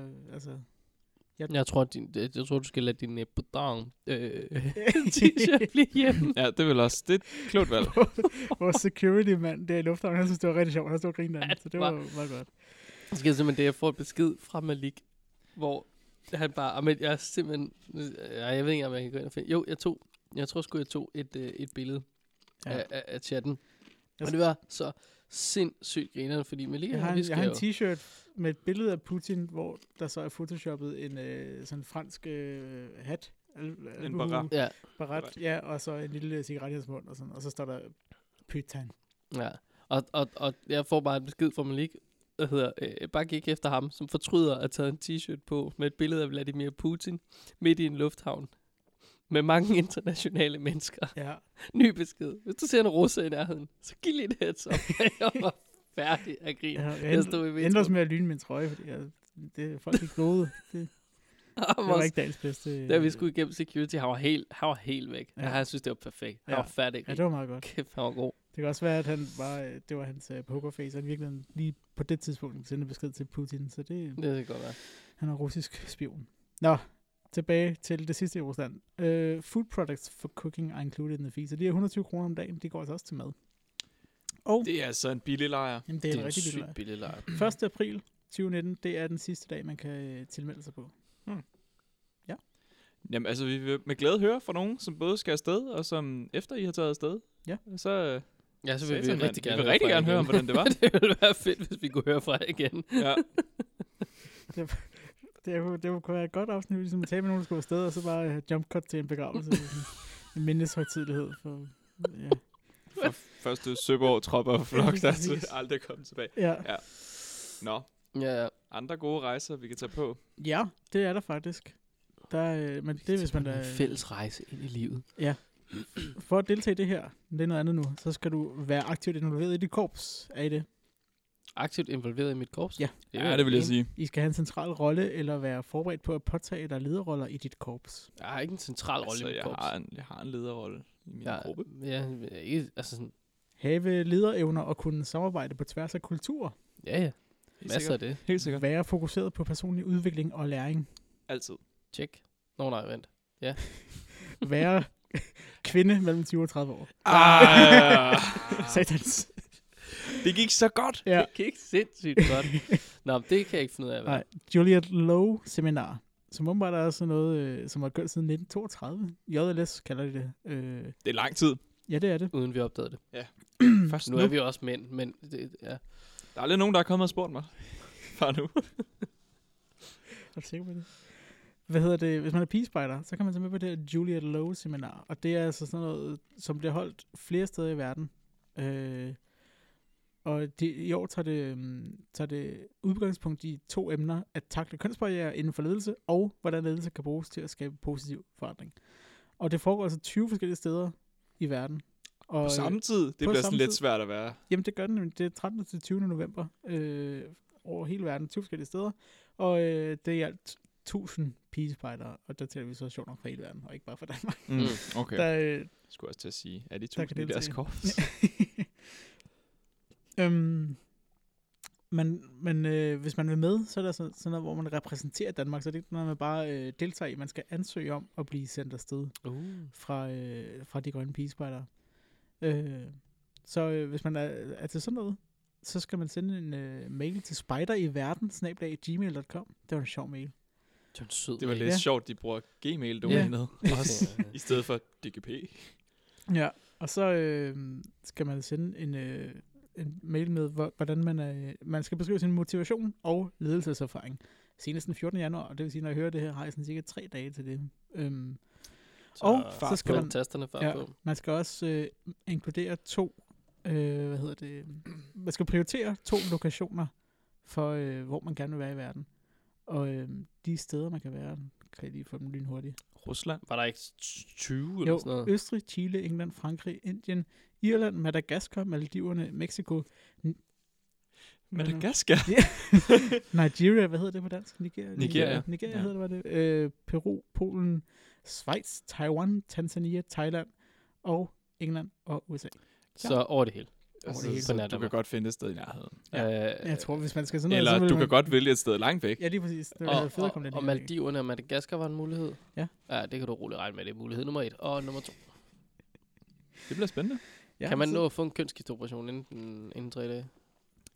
Jeg tror, du skal lade din Nepodon t-shirt blive hjemme. Ja, det er vel også. Det er et klogt valg. Vores security-mand der i lufthavnen, han synes, det var rigtig sjovt. Han stod og grinede, så det var meget godt. Så skal jeg simpelthen det, jeg får et besked fra Malik, hvor Han bare, men jeg er simpelthen, jeg ved ikke, om jeg kan gå ind og finde. Jo, jeg tror sgu, jeg tog et billede af chatten. Og det var så sindssygt grinerne, fordi Malika, jeg har en t-shirt med et billede af Putin, hvor der så er photoshoppet en sådan fransk hat. En barat. Ja. Barat, ja, og så en lille cigaret i hans mund, og sådan, og så står der Putin. Ja, og jeg får bare en besked fra Malik, der hedder, bare gik efter ham, som fortryder at have taget en t-shirt på med et billede af Vladimir Putin midt i en lufthavn. Med mange internationale mennesker. Ja. Ny besked. Hvis du ser en russe i nærheden, så giv lige det heads up. Jeg var færdig af grin. Jeg endte også med at lyne min trøje, fordi det folk ikke gode. Det var ikke dagens bedste. Da vi skulle igennem security, han var helt væk. Ja. Jeg synes, det var perfekt. Han var færdig af grin. Ja, det var meget godt. Kæft, han var god. Det kan også være, at det var hans pokerface, og han virkelig lige på det tidspunkt sendte besked til Putin, så det kan godt være. Han er russisk spion. Nå, tilbage til det sidste i Rusland. Food products for cooking are included in the fee. Så de her 120 kroner om dagen, de går altså også til mad. Og det er altså en billig lejr. Jamen, det er en rigtig billig lejr. 1. april 2019, det er den sidste dag, man kan tilmelde sig på. Ja. Jamen altså, vi vil med glæde høre fra nogen, som både skal afsted, og som efter I har taget afsted. Ja. Så vil vi rigtig gerne høre om, hvordan det var. Det ville være fedt, hvis vi kunne høre fra igen. Ja. Det kunne være et godt afsnit, ligesom at tage med nogen, der skulle afsted, og så bare jump cut til en begravelse. En mindeshøjtidelighed for... Ja. For første Søborg tropper flok, der aldrig kom tilbage. Ja. Nå. Ja. Andre gode rejser, vi kan tage på. Ja, det er der faktisk. Men det er, hvis man er... fælles rejse ind i livet. Ja. For at deltage i det her, det er noget andet nu, så skal du være aktivt involveret i dit korps. Er I det? Aktivt involveret i mit korps? Ja. Det vil jeg sige. I skal have en central rolle, eller være forberedt på at påtage dig lederroller i dit korps. Jeg har ikke en central rolle i mit korps. Jeg har en lederrolle i min gruppe. Ja, ikke, altså sådan... Have lederevner og kunne samarbejde på tværs af kulturer. Ja. Masser af det. Helt sikkert. Være fokuseret på personlig udvikling og læring. Altid. Check. Nej, vent. Ja. Være kvinde mellem 20 og 30 år. Satans. Det gik så godt. Ja. Det gik sindssygt godt. Nå, det kan jeg ikke finde ud af. Nej, Juliet Low Seminar, som åbenbart er sådan noget, som har kørt siden 1932. JLS kalder de det. Det er lang tid. Ja, det er det. Uden vi opdagede det. Ja. Først nu er vi også mænd, men det, ja. Der er lidt nogen, der er kommet og spurgt mig. Far nu. Er du sikker på det? Hvad hedder det? Hvis man er pigespejder, så kan man tage med på det Juliet Low Seminar. Og det er altså sådan noget, som bliver holdt flere steder i verden. Og i år tager det udgangspunkt i 2 emner: at takle kønsbarrierer inden for ledelse, og hvordan ledelse kan bruges til at skabe positiv forandring. Og det foregår altså 20 forskellige steder i verden. Og på samme tid? Det bliver sådan lidt svært at være. Jamen det gør den. Det er 13. til 20. november over hele verden, 20 forskellige steder. Og det er i alt 1000 pigespejdere, og der tæller vi så sjovt nok fra hele verden, og ikke bare fra Danmark. Okay. Jeg skulle også til at sige, er de 1000 i deres korps? Men hvis man vil med, så er der sådan noget, hvor man repræsenterer Danmark, så det er ikke noget, man bare deltager i. Man skal ansøge om at blive sendt afsted fra de grønne pigespejdere. Så hvis man er til sådan noget, så skal man sende en mail til spideriverden@gmail.com. Det var en sjov mail. Det var lidt sjovt, de bruger Gmail-domænet også, i stedet for DGP. Ja, og så skal man sende en mail med, hvordan man skal beskrive sin motivation og ledelseserfaring. Senest den 14. januar, og det vil sige, når jeg hører det her, har jeg sådan cirka 3 dage til det. Så skal man tasterne på. Man skal også inkludere 2, man skal prioritere 2 lokationer for, hvor man gerne vil være i verden. Og de steder, man kan være, kan jeg lige få dem lynhurtigt. Rusland? Var der ikke 20 eller sådan noget? Østrig, Chile, England, Frankrig, Indien, Irland, Madagaskar, Maldiverne, Mexico. Madagaskar? Nigeria, hvad hedder det på dansk? Nigeria hedder det. Peru, Polen, Schweiz, Taiwan, Tanzania, Thailand og England og USA. Så over det hele. Så du kan godt finde et sted i nærheden. Jeg tror, hvis man skal sådan noget... Eller du kan godt vælge et sted langt væk. Ja, lige præcis. Det og Maldiverne og Madagaskar var en mulighed. Ja, det kan du roligt regne med. Det er mulighed nummer 1 og nummer 2. Det bliver spændende. Kan man nå at få en kønsskifteoperation inden 3 dage?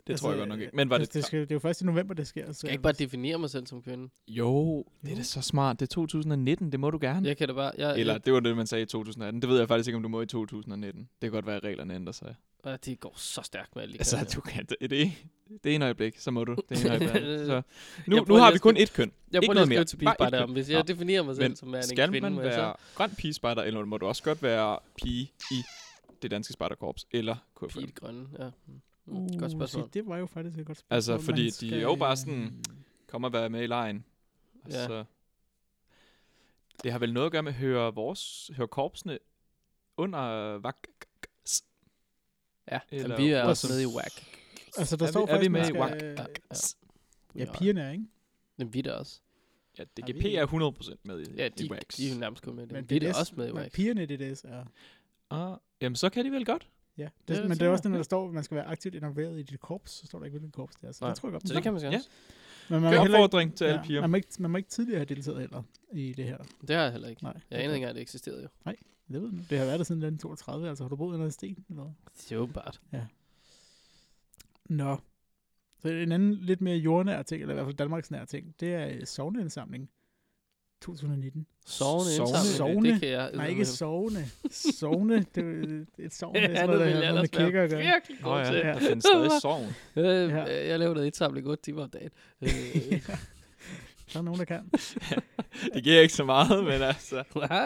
Det tror jeg godt nok ikke. Men var det... Det er jo først i november, det sker. Skal jeg ikke bare definere mig selv som kvinde? Jo, det er da så smart. Det er 2019, det må du gerne. Jeg kan da bare... Eller det var det, man sagde i 2018. Det ved jeg faktisk ikke, om du må i 2019. Det kan godt være, at reglerne ændrer sig. Ja, det går så stærkt med alle de Altså, du kan... Det er en øjeblik, så må du. Det er en øjeblik. Så nu har vi kun ét køn. Jeg prøver lige at skrive til Bare pigespejder om, hvis jeg definerer mig selv som en kvinde. Skal man være grøn pigespejder, eller må du også godt være pige i det danske spejderkorps, eller KFM? Pige i det grønne, ja. Godt spørgsmål. Det var jo faktisk et godt spørgsmål. Altså, fordi de er jo bare sådan, kom og være med i lejen. Ja. Altså, det har vel noget at gøre med, høre korpsene under WAC? Ja, eller vi er også med i WAC. Altså, der står faktisk, vi med i WAC? Ja, pigerne er, ikke? Men vi er også. Ja, DGP er 100% med i de WAC. de er jo nærmest kun med det. Men Vi er også med i men WAC. pigerne i DDS er... Jamen, så kan de vel godt. Ja, det men det er også den, der står, at man skal være aktivt involveret i dit korps, så står der ikke, hvilket korps det er. Så det tror jeg godt. Så det kan man sige også. Men Gør opfordring til alle piger. Man må ikke tidligere have deltaget heller i det her. Det har jeg heller ikke. Nej. Jeg anede ikke engang, at det eksisterede jo. Nej, det ved du. Det har været der siden 1932, altså har du boet under en sten eller hvad? Det er åbenbart. Ja. Nå. Så en anden lidt mere jordnær ting, eller i hvert fald Danmarksnær ting, det er sogneindsamling 2019. Sovne. Det kan jeg. Nej, ikke sovne. Sovne, det er et sovn, det Ja, er det noget, vil der jeg har med ellers være kirker at gøre. virkelig god til. Der findes stadig sovn. Jeg laver noget indsamling 8 timer om dagen. Der er nogen, der kan. Det giver ikke så meget, men altså.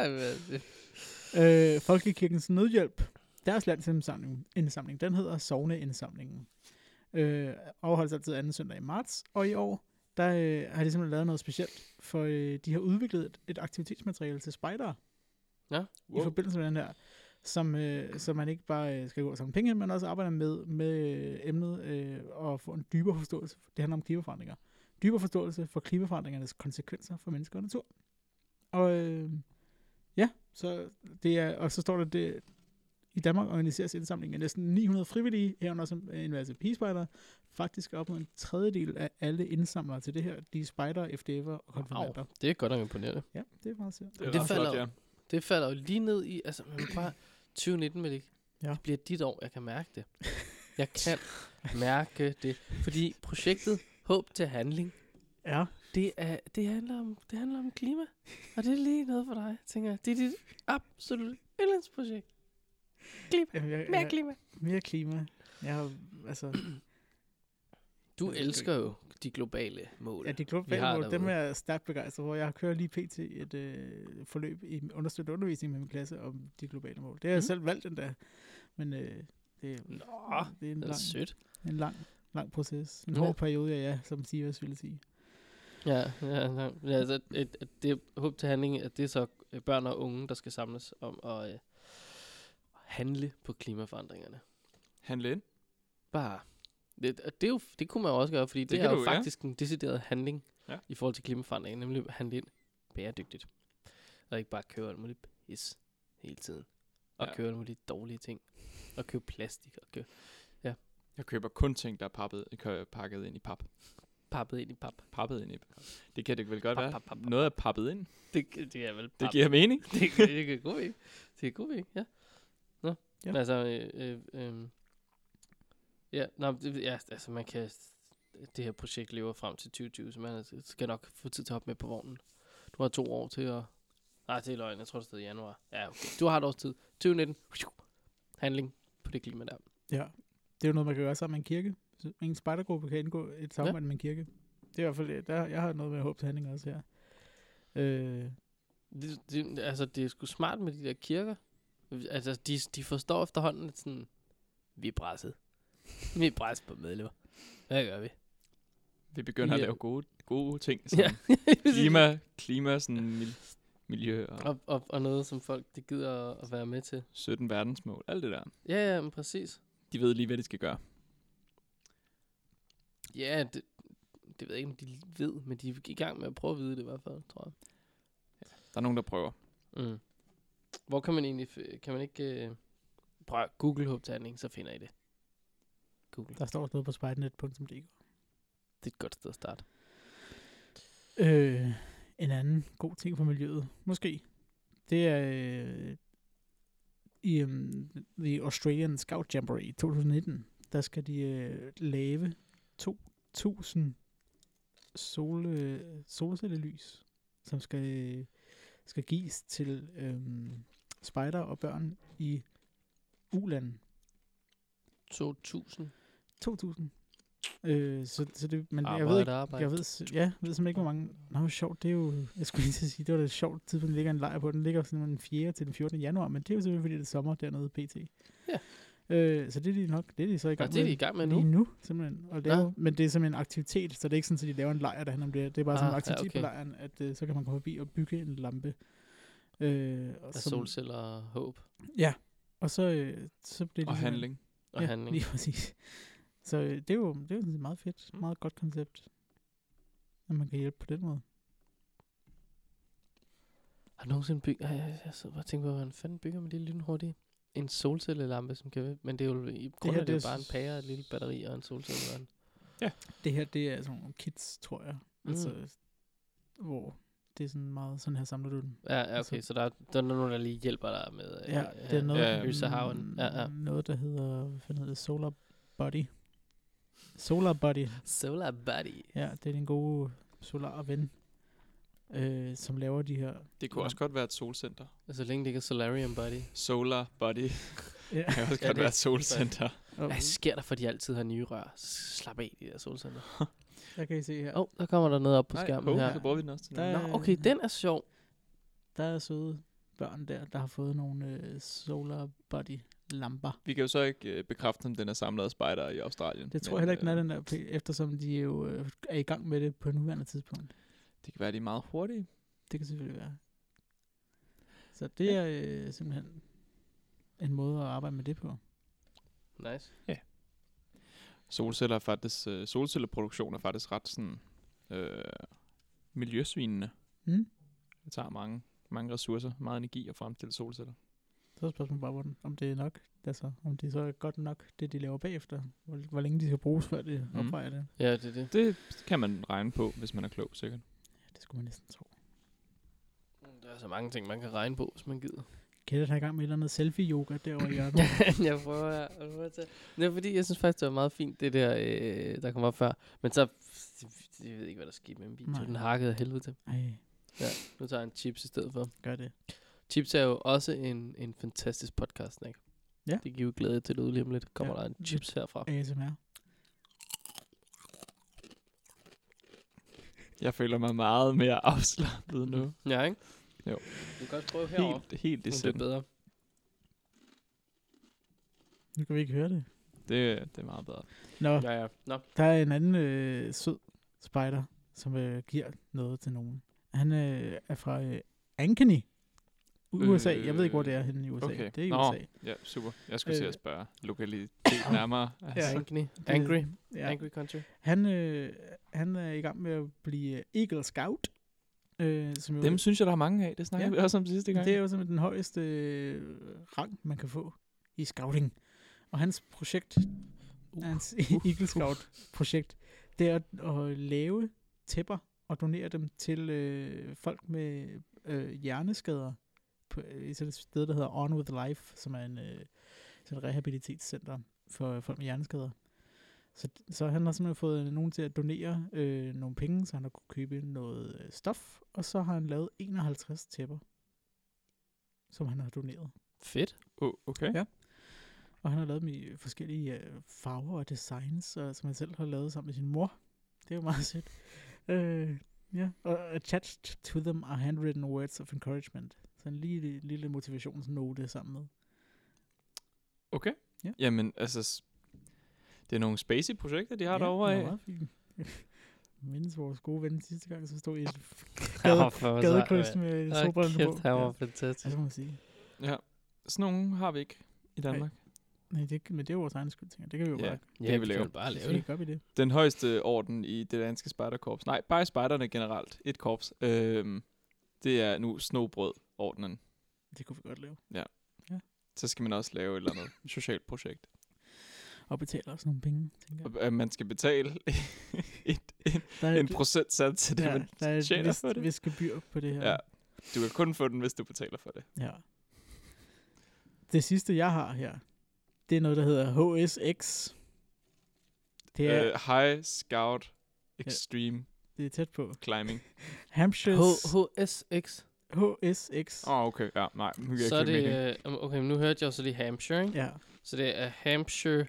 Folkekirkens Nødhjælp, deres landsindsamling, den hedder Sogneindsamlingen. Afholdes altid anden søndag i marts, og i år, der har de simpelthen lavet noget specielt, for de har udviklet et aktivitetsmateriale til spejdere. Ja. I forbindelse med den her, som man ikke bare skal gå og samle penge hen, men også arbejder med emnet og få en dybere forståelse. Det handler om klimaforandringer. Dybere forståelse for klimaforandringernes konsekvenser for mennesker og natur. Og ja, så det er, og så står der det. I Danmark organiseres indsamlingen af næsten 900 frivillige, herunder også en masse pigespejdere. Faktisk op mod en tredjedel af alle indsamlere til det her, de er spejdere, FDF'er og konfirmander. Wow, det er godt nok imponerende. Ja, det er meget sødt. Det falder jo lige ned i, altså man bare 2019 med det. Ja. Det bliver dit år, jeg kan mærke det. Jeg kan mærke det, fordi projektet Håb til Handling, ja. det handler om klima, og det er lige noget for dig, tænker jeg. Det er dit absolut yndlingsprojekt. Klima. Mere klima. Mere klima. Du elsker jo de globale mål. Ja, de globale mål, dem er jeg stærkt begejstret for. Jeg har kørt lige pt. Et forløb i understøttet undervisning med min klasse om de globale mål. Det har jeg selv valgt endda. Men det er sødt. En lang proces. En hård periode, ja, som Sivas ville sige. Ja, altså, det håb til handling, at det er så børn og unge, der skal samles om at handle på klimaforandringerne. Handle ind? Bare. Det kunne man jo også gøre, fordi det er jo faktisk en decideret handling i forhold til klimaforandringen, nemlig at handle ind bæredygtigt. Og ikke bare køre alt muligt pis hele tiden. Og køre alle mulige dårlige ting. Og købe plastik. Og købe, Jeg køber kun ting, der er pakket ind i pap. Pappet ind i pap. Pappet ind i pap. Det kan det vel godt være. Noget er pappet ind. Det er vel det giver mening. det er god mening. Det er god mening, ja. Nå. Ja. Men altså, man kan... Det her projekt lever frem til 2020, så man skal nok få tid til at hoppe med på vognen. Du har 2 år til at... Nej, det er løgn. Jeg tror, det er i januar. Ja, okay. Du har et års tid. 2019. Handling på det klima der. Ja. Det er jo noget, man kan gøre sammen med en kirke. Så en spejdergruppe kan indgå et samarbejde med en kirke. Det er i hvert fald... Jeg har noget med håb til handling også her. Det er sgu smart med de der kirker. Altså, de forstår efterhånden, at sådan... Vi er presset. Vi er presset på medlemmer. Hvad gør vi? Vi begynder at lave gode ting. Klima, sådan miljø. Og noget, som folk de gider at være med til. 17 verdensmål. Alt det der. Ja, men præcis. De ved lige, hvad de skal gøre. Ja, det ved jeg ikke, om de ved, men de er i gang med at prøve at vide det i hvert fald, tror jeg. Ja, der er nogen, der prøver. Mm. Hvor kan man egentlig... Kan man ikke... prøve Google håb til handling, så finder I det. Google. Der står også noget på spejdernet.dk. Det er et godt sted at starte. En anden god ting for miljøet, måske, det er i The Australian Scout Jamboree 2019. der skal de lave 2.000 solcellelys, som skal gives til spejder og børn i U-landen. 2.000. 2.000. Så det, men Arbejde, jeg ved ikke, arbejde. jeg ved simpelthen ikke, hvor mange. Nå, sjovt, det er jo, jeg skulle lige til at sige, det var da et sjovt tidspunkt, der ligger en lejr på. Den ligger sådan den 4. til den 14. januar, men det er jo selvfølgelig, fordi det er sommer dernede pt. Ja. Så det er de så i gang det er de i gang med nu. lige nu, simpelthen. Og men det er simpelthen en aktivitet, så det er ikke sådan, at de laver en lejr, der handler om det. Det er bare sådan en aktivitet på lejren, at så kan man komme forbi og bygge en lampe. Og solceller og håb. Ja, og så bliver det Og handling. Og handling. lige præcis. Så det er jo meget fedt. Meget godt koncept. At man kan hjælpe på den måde. Har du nogensinde bygget... Jeg sidder bare og tænker på, hvordan fanden bygger man det lynhurtigt? En solcellelampe, som kan... Men det er jo i grunden det er jo bare en pære, et lille batteri og en solcelle. Ja. Det her, det er sådan nogle kits, tror jeg. Altså, hvor det er sådan meget... Sådan her samler du den. Ja, okay. Så der er nogen, der lige hjælper dig med... det er noget... Noget, der hedder... Hvad fanden hedder det? Solar Buddy. Solar Buddy. Solar Buddy. Ja, det er din gode solar ven, som laver de her... Det kunne også godt være et solcenter. Så længe det ikke er Solarium Buddy. Solar Buddy. Ja. Det kan også godt være et solcenter. Hvad sker der, for de altid har nye rør? Slap af, de der solcenter. Der kan I se her. Der kommer der noget op på skærmen her. Så bruger vi den også til noget. Okay, den er sjov. Der er søde børn der har fået nogle Solar Buddy lamper. Vi kan jo så ikke bekræfte, om den er samlet af spejder i Australien. Det tror jeg heller ikke, den er den der, eftersom de jo er i gang med det på nuværende tidspunkt. Det kan være, de er meget hurtige. Det kan selvfølgelig være. Så det er simpelthen en måde at arbejde med det på. Nice. Ja. Solceller er faktisk, solcelleproduktion er faktisk ret sådan miljøsvinende. Det tager mange ressourcer, meget energi at fremstille solceller. Så er spørgsmålet bare, om det er nok. Altså, om det så er godt nok, det de laver bagefter. Hvor længe de skal bruges, før det opvejer det. Ja, det er det. Det kan man regne på, hvis man er klog, sikkert. Ja, det skulle man næsten tro. Der er så mange ting, man kan regne på, hvis man gider. Kenneth har i gang med et eller andet selfie-yoga derovre i hjørnet. Jeg prøver at tage. Det er fordi, jeg synes faktisk, det var meget fint, det der, der kom op før. Men så, jeg ved ikke, hvad der skete med min bil. Den hakkede af helvede til. Ja, nu tager jeg en chips i stedet for. Gør det. Chips er jo også en fantastisk podcast, ikke? Ja. Det giver jo glæde til det lige om lidt. Kommer der en chips herfra. ASMR. Jeg føler mig meget mere afslappet nu. Ja, ikke? Jo. Du kan også prøve herovre. Helt i det er bedre. Nu kan vi ikke høre det. Det er meget bedre. Nå. Ja. Der er en anden sød spejder, som giver noget til nogen. Han er fra Ankeny, USA. Jeg ved ikke, hvor det er henne i USA. Okay. Det er i USA. Ja, super. Jeg skulle se at spørge lokalitet nærmere. Altså. Angry Country. Han er i gang med at blive Eagle Scout. Dem synes jeg, der er mange af. Det snakker vi også om sidste gang. Det er jo simpelthen den højeste rang, man kan få i scouting. Og hans projekt, hans Eagle Scout-projekt, det er at lave tæpper og donere dem til folk med hjerneskader på et sted, der hedder On With Life, som er en rehabilitetscenter for folk med hjerneskader. Så han har simpelthen fået nogen til at donere nogle penge, så han har kunne købe noget stof, og så har han lavet 51 tæpper, som han har doneret. Fedt. Okay. Ja. Og han har lavet dem i forskellige farver og designs, som han selv har lavet sammen med sin mor. Det er jo meget sødt. Ja, og attached to them are handwritten words of encouragement. Så en lille motivationsnote sammen med. Okay. Ja. Jamen, altså, det er nogle spacey projekter, de har derovre af. Ja, det er meget fint. Jeg mindes vores gode ven sidste gang, så stod i et gadekryds med solbrillerne på. Kæft, han var fantastisk. Altså må man sige. Ja, sådan nogle har vi ikke i Danmark. Nej, men det er jo vores egen skyld, tænker. Det kan vi jo bare. Ja, det vil lave. Bare lave det. Gør vi det. Den højeste orden i det danske spejderkorps. Nej, bare i spejderne generelt. Et korps. Det er nu Snobrød-ordenen. Det kunne vi godt lave. Ja. Så skal man også lave et eller andet socialt projekt. Og betale også nogle penge, tænker jeg. Man skal betale en procentsats til det, man tjener for det. Der er et vist gebyr på det her. Ja. Du kan kun få den, hvis du betaler for det. Ja. Det sidste, jeg har her, det er noget, der hedder HSX. Det er, High Scout Extreme det er tæt på. Climbing. Hampshire's HSX. HSX. Okay. Ja, nej. Nu kan jeg Så er ikke mening. det... okay, men nu hørte jeg også lige Hampshire, ikke? Ja. Så det er Hampshire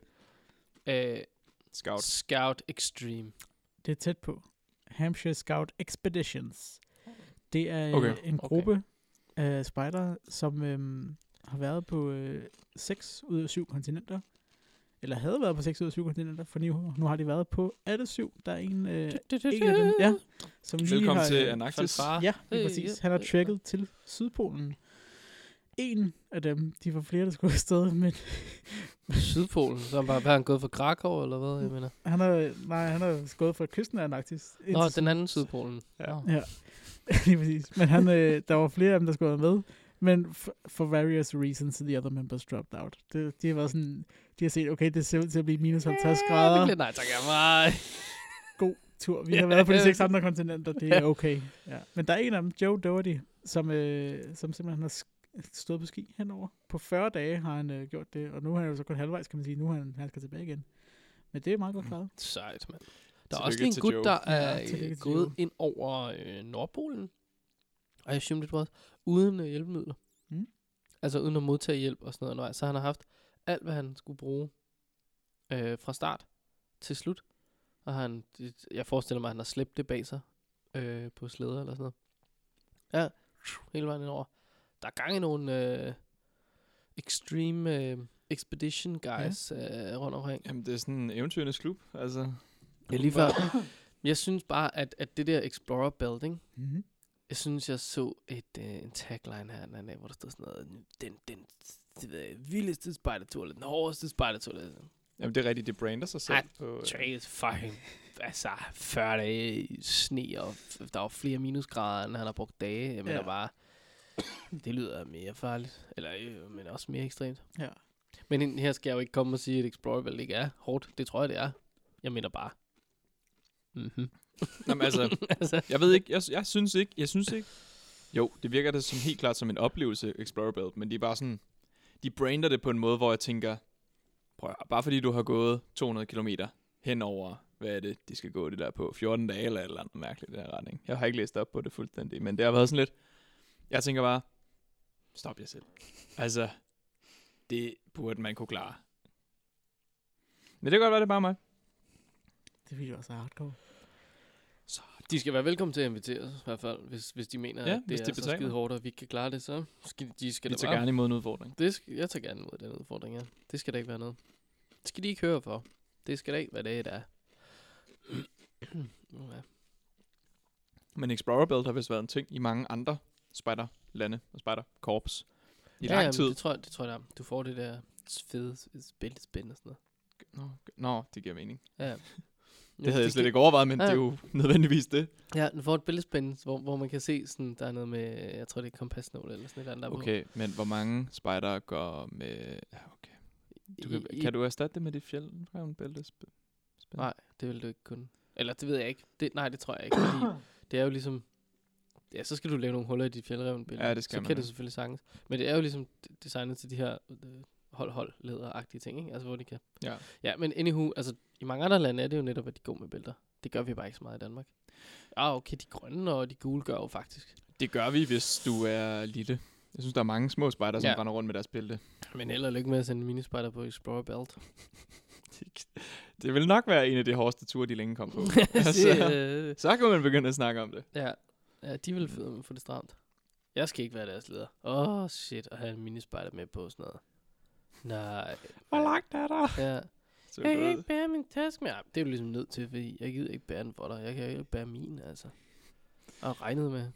Scout. Scout Extreme. Det er tæt på. Hampshire Scout Expeditions. Det er Okay. en gruppe af spejdere, som har været på 6 ud af 7 kontinenter. Eller havde været på 6 ud af 7 kontinenter, for nu har de været på alle 7. Der er en af dem, ja, som lige Velkommen har, til Antarktis. Ja, lige præcis. Han har tracket til Sydpolen. En af dem, de var flere, der skulle afsted, men Sydpolen, så har han gået for Krakow, eller hvad, jeg mener? han har gået fra kysten af Antarktis. Nå, den anden Sydpolen. Ja. Ja, lige præcis. Men der var flere af dem, der skulle være med. Men for various reasons, the other members dropped out. De har været sådan, de har set, okay, det ser ud til at blive minus 50 grader. Nej, tak af mig. God tur. Vi har været på de 6 andre kontinenter, det er okay. Ja. Men der er en af dem, Joe Doherty, som simpelthen har stået på ski henover. På 40 dage har han gjort det, og nu har han jo så gået halvvejs, kan man sige. Nu har han skal tilbage igen. Men det er meget godt klaret. Sejt, mand. Der er også lige en gut, der er tillykke gået ind over Nordpolen. I assume it was. Uden hjælpemidler. Mm. Altså uden at modtage hjælp og sådan noget undervejs. Så han har haft alt, hvad han skulle bruge fra start til slut. Og jeg forestiller mig, at han har slæbt det bag sig på slæder eller sådan noget. Ja, hele vejen indover. Der er gang i nogle extreme expedition guys rundt omkring. Jamen, det er sådan en eventyrernes klub. Altså. Ja, lige før. Jeg synes bare, at det der Explorer Belt, ikke? Mm-hmm. Jeg synes, jeg så en tagline her, hvor der stod sådan noget, den vildeste spejdertur, eller den hårdeste spejdertur. Jamen, det er rigtigt, det brander sig selv. Trace fucking, altså 40 dage i sne, og der var flere minusgrader, end han har brugt dage. Jeg mener bare, det lyder mere farligt, men også mere ekstremt. Ja. Men her skal jeg jo ikke komme og sige, at Explorer vel ikke er hårdt. Det tror jeg, det er. Jeg mener bare. Mhm. Jamen, altså, jeg ved ikke, jeg synes ikke. Jo, det virker det som helt klart som en oplevelse, Explorer Belt, men de er bare sådan, de brander det på en måde, hvor jeg tænker, prøv at, bare fordi du har gået 200 kilometer henover, hvad er det, de skal gå det der på, 14 dage eller et eller andet mærkeligt i den her retning. Jeg har ikke læst op på det fuldstændig, men det har været sådan lidt, jeg tænker bare, stop jer selv. Altså, det burde man kunne klare. Men det kan godt være, det er bare mig. Det vil jo også hardcore. Så de skal være velkommen til at invitere os, i hvert fald, hvis de mener, at det er så skide hårdt, og vi ikke kan klare det, så skal vi da tager gerne imod en udfordring. Jeg tager gerne imod den udfordring, ja. Det skal da ikke være noget. Det skal de ikke høre for. Det skal da ikke være det, der er. Ja. Men Explorer Belt har vist været en ting i mange andre spejderlande og spejderkorps i lang tid. Det tror jeg, der er. Du får det der fede bæltespænd og sådan noget. Nå, det giver mening. Ja. Det havde jeg slet ikke overvejet, men det er jo nødvendigvis det. Ja, du får et bæltespænd, hvor man kan se, sådan, der er noget med, jeg tror det er kompassnål eller sådan et andet. Okay, men hvor mange spejdere går med... Ja, okay. Kan du erstatte det med dit fjeldrevnbæltespænd? Nej, det vil du ikke kunne. Eller det ved jeg ikke. Det tror jeg ikke, fordi det er jo ligesom... Ja, så skal du lave nogle huller i dit fjeldrevnbælte. Ja, det skal så man. kan det selvfølgelig sagtens. Men det er jo ligesom designet til de her hold-lederagtige ting, ikke? Altså, hvor de kan... Ja, men anywho, altså, i mange andre lande er det jo netop, at de går med bælter. Det gør vi bare ikke så meget i Danmark. Okay, de grønne og de gule gør jo faktisk. Det gør vi, hvis du er lille. Jeg synes, der er mange små spejder, som render rundt med deres bælte. Men held og lykke med at sende minispejder på Explorer Belt. Det vil nok være en af de hårdeste ture, de længe kom på. Altså, så kan man begynde at snakke om det. Ja, de vil få det stramt. Jeg skal ikke være deres leder. Shit, at have en minispejder med på sådan noget. Nej. Hvor langt er der? Ja. Jeg kan ikke bære min taske mere. Det er du ligesom nødt til, fordi jeg gider ikke bære den for dig. Jeg kan ikke bære min, altså. Og regnet med.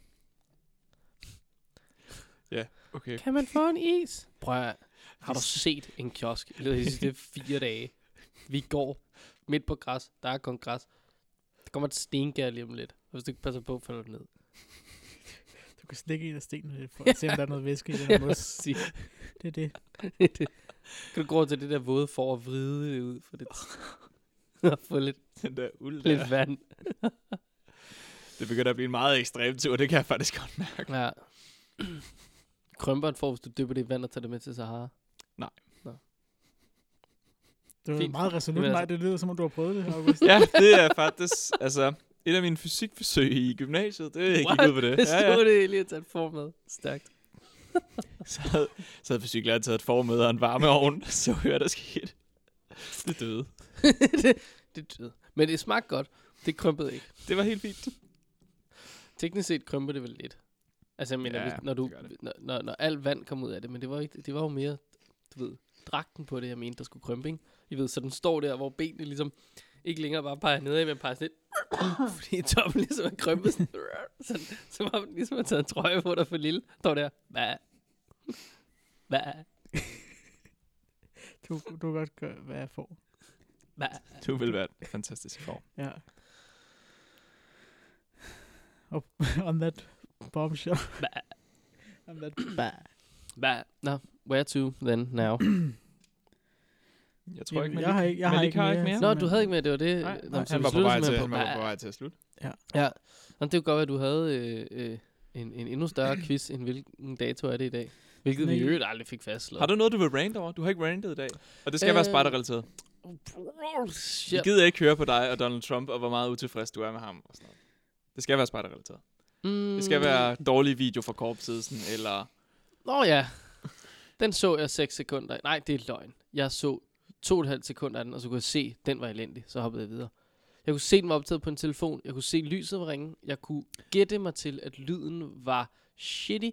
Ja, okay. Kan man få en is? Prøv at, har du set en kiosk i de sidste 4 dage? Vi går midt på græs. Der er kun græs. Der kommer et stengær lige om lidt. Og hvis du ikke passer på, falder du ned. Du kan stikke en af stenene for at se, om der er noget væske i den her mos. Det er det. Kan du gå over til det der våde for at vride det ud for det? Og få lidt, den der uld lidt vand. Det begynder at blive en meget ekstrem tur, det kan jeg faktisk godt mærke. Ja. Krømperen får, hvis du dypper det i vand og tager det med til Sahara. Nej. Nå. Det var Fint. meget resolut. Jamen, Nej, altså- det lyder som om, du har prøvet det, August. Ja, det er faktisk, altså, et af mine fysikforsøg i gymnasiet, det gik ud på det. Det stod det lige at tage et form med. Stærkt. Så havde fysiklæreren taget et formøde og en varmeovn, så hører der skete. Det døde. det døde. Men det smagte godt. Det krympede ikke. Det var helt fint. Teknisk set krymper det vel lidt. Altså, jeg mener, Ja, når, du, det gør det. når alt vand kom ud af det, men det var, ikke, det var jo mere, du ved, dragten på det, jeg mente, der skulle krympe, ikke? I ved, så den står der, hvor benene ligesom ikke længere bare peger nedad, men peger sådan lidt, fordi toppen ligesom er krympet sådan, så var den ligesom at tage en trøje på, der for lille, står der, hvad? Du kan godt gøre, hvad jeg får. Hvad? Du vil være en fantastisk form. Ja. Og on that bombshell. On that Hvad? Nå, where to then now? Jeg tror ikke, jeg har ikke mere. Nå, du havde ikke mere, det var det. Nej, Nå, så han vi var på slutter vej til, simpelthen han var på vej til at slutte. Ja, nå, det kunne godt være, at du havde en endnu større quiz, end hvilken dato er det i dag. Hvilket vi i øvrigt aldrig fik fastslået. Har du noget, du vil rante over? Du har ikke rantet i dag. Og det skal være spejderrelateret. Vi Shit. gider ikke høre på dig og Donald Trump, og hvor meget utilfreds du er med ham. Og sådan noget. Det skal være spejderrelateret. Det skal være dårlige video fra korpsiden, eller... Nå ja, den så jeg 6 sekunder. Nej, det er løgn. Jeg så 2,5 sekunder af den, og så kunne jeg se, den var elendig. Så hoppede jeg videre. Jeg kunne se, den var optaget på en telefon. Jeg kunne se, lyset var ringe. Jeg kunne gætte mig til, at lyden var shitty.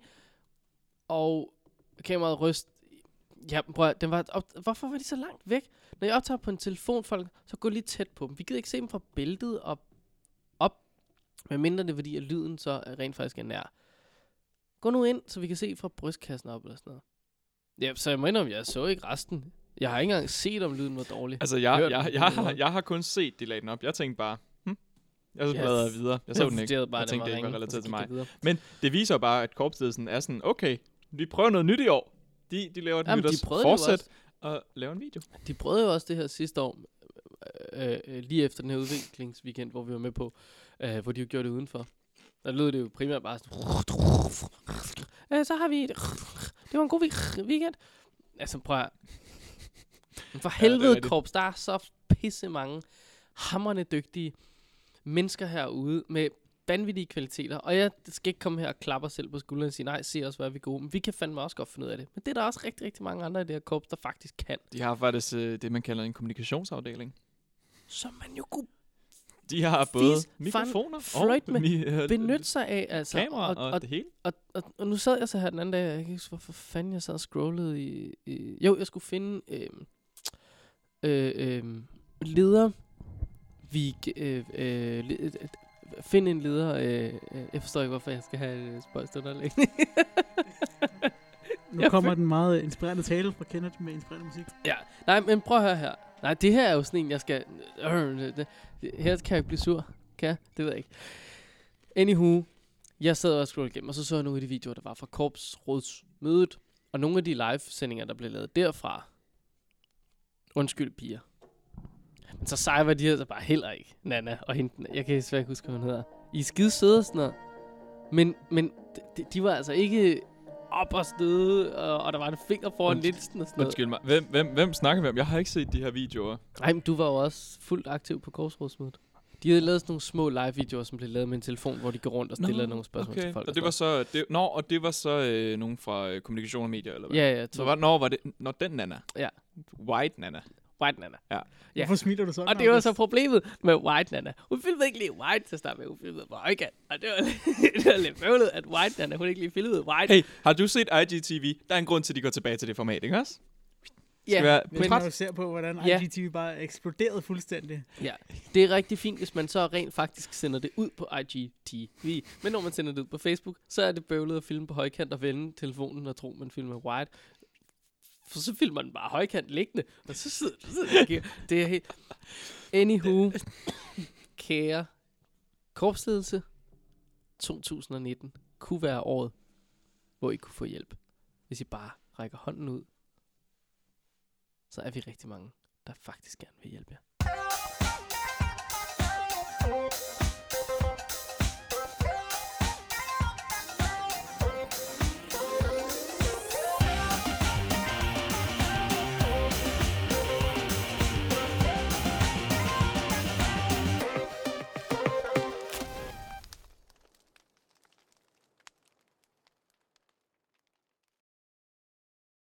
Og kameraet ryst. Ja, prøv at, den var hvorfor var de så langt væk? Når jeg optager på en telefon, folk, så gå lige tæt på dem. Vi gider ikke se dem fra bæltet og op. Men mindre det er, fordi at lyden så rent faktisk er nær. Gå nu ind, så vi kan se fra brystkassen op eller sådan noget. Ja, så jeg må indrømme, jeg så ikke resten. Jeg har ikke engang set, om lyden var dårlig. Altså, jeg har kun set, de lagde den op. Jeg tænkte bare, jeg så bladrede videre. Jeg så den ikke. Bare, jeg tænkte, det ikke var ringe, relateret til og så mig. gik jeg videre. Men det viser jo bare, at korpsledelsen er sådan, okay, vi prøver noget nyt i år. De laver et Jamen, de nytårs prøvede det jo forsæt og laver en video. De prøvede jo også det her sidste år, lige efter den her udviklingsweekend, hvor vi var med på, hvor de jo gjorde det udenfor. Der lød det jo primært bare sådan, så har vi, det var en god weekend. Altså prøv at, for helvede rigtigt. korps, der er så pisse mange hamrende dygtige mennesker herude med vanvittige kvaliteter, og jeg skal ikke komme her og klappe os selv på skulderen og sige, nej, se os, hvor er vi gode, men vi kan fandme også godt finde ud af det. Men det er der også rigtig, rigtig mange andre i det her korps, der faktisk kan. De har faktisk det, man kalder en kommunikationsafdeling. Som man jo kunne De har både Fis, mikrofoner fløjt med, og benytte sig af, altså. kamera og det hele. Og nu sad jeg så her den anden dag, jeg kan ikke huske, hvorfor fanden jeg sad og scrollede jo, jeg skulle finde leder, finde en leder, jeg forstår ikke, hvorfor jeg skal have et spøjstunderlæg. Nu kommer den meget inspirerende tale fra Kenneth med inspirerende musik. Ja, nej, men prøv at høre her. Nej, det her er jo sådan en, jeg skal... Her kan jeg ikke blive sur. Kan jeg? Det ved jeg ikke. Anywho, jeg sad og scrollede igennem, og så jeg nogle af de videoer, der var fra korpsrådsmødet. Og nogle af de live-sendinger, der blev lavet derfra. Undskyld, piger. Men så sej var de her så bare heller ikke. Nana og hende. Jeg kan svært ikke huske, hvad hun hedder. I er skide søde og sådan noget. Men de var altså ikke op og støde, og der var en finger foran linsen og sådan noget. Undskyld mig. Hvem snakker vi om? Jeg har ikke set de her videoer. Nej, men du var jo også fuldt aktiv på korpsrådsmødet. De havde lavet sådan nogle små live-videoer, som blev lavet med en telefon, hvor de går rundt og stiller nogle spørgsmål til folk. Og det var så, det var så nogen fra kommunikation og medier, eller hvad? Ja. Når var det? Når den Nana? Ja. White Nana. White Nana. Ja. Hvorfor smiler du sådan? Og det var så problemet med White Nana. Hun filmede ikke lige White til at starte med. Hun filmede på højkant. Og det var lidt bøvlet, at White Nana, hun ikke lige filmede White. Hey, har du set IGTV? Der er en grund til, at de går tilbage til det format, ikke også? Ja, men når du ser på, hvordan IGTV bare eksploderede fuldstændig. Ja, det er rigtig fint, hvis man så rent faktisk sender det ud på IGTV. Men når man sender det ud på Facebook, så er det bøvlet at filme på højkant og vende telefonen og tro, man filmer White. For så filmer den bare højkant liggende, og så sidder det er helt... Anywho, kære korpsledelse, 2019 kunne være året, hvor I kunne få hjælp. Hvis I bare rækker hånden ud, så er vi rigtig mange, der faktisk gerne vil hjælpe jer.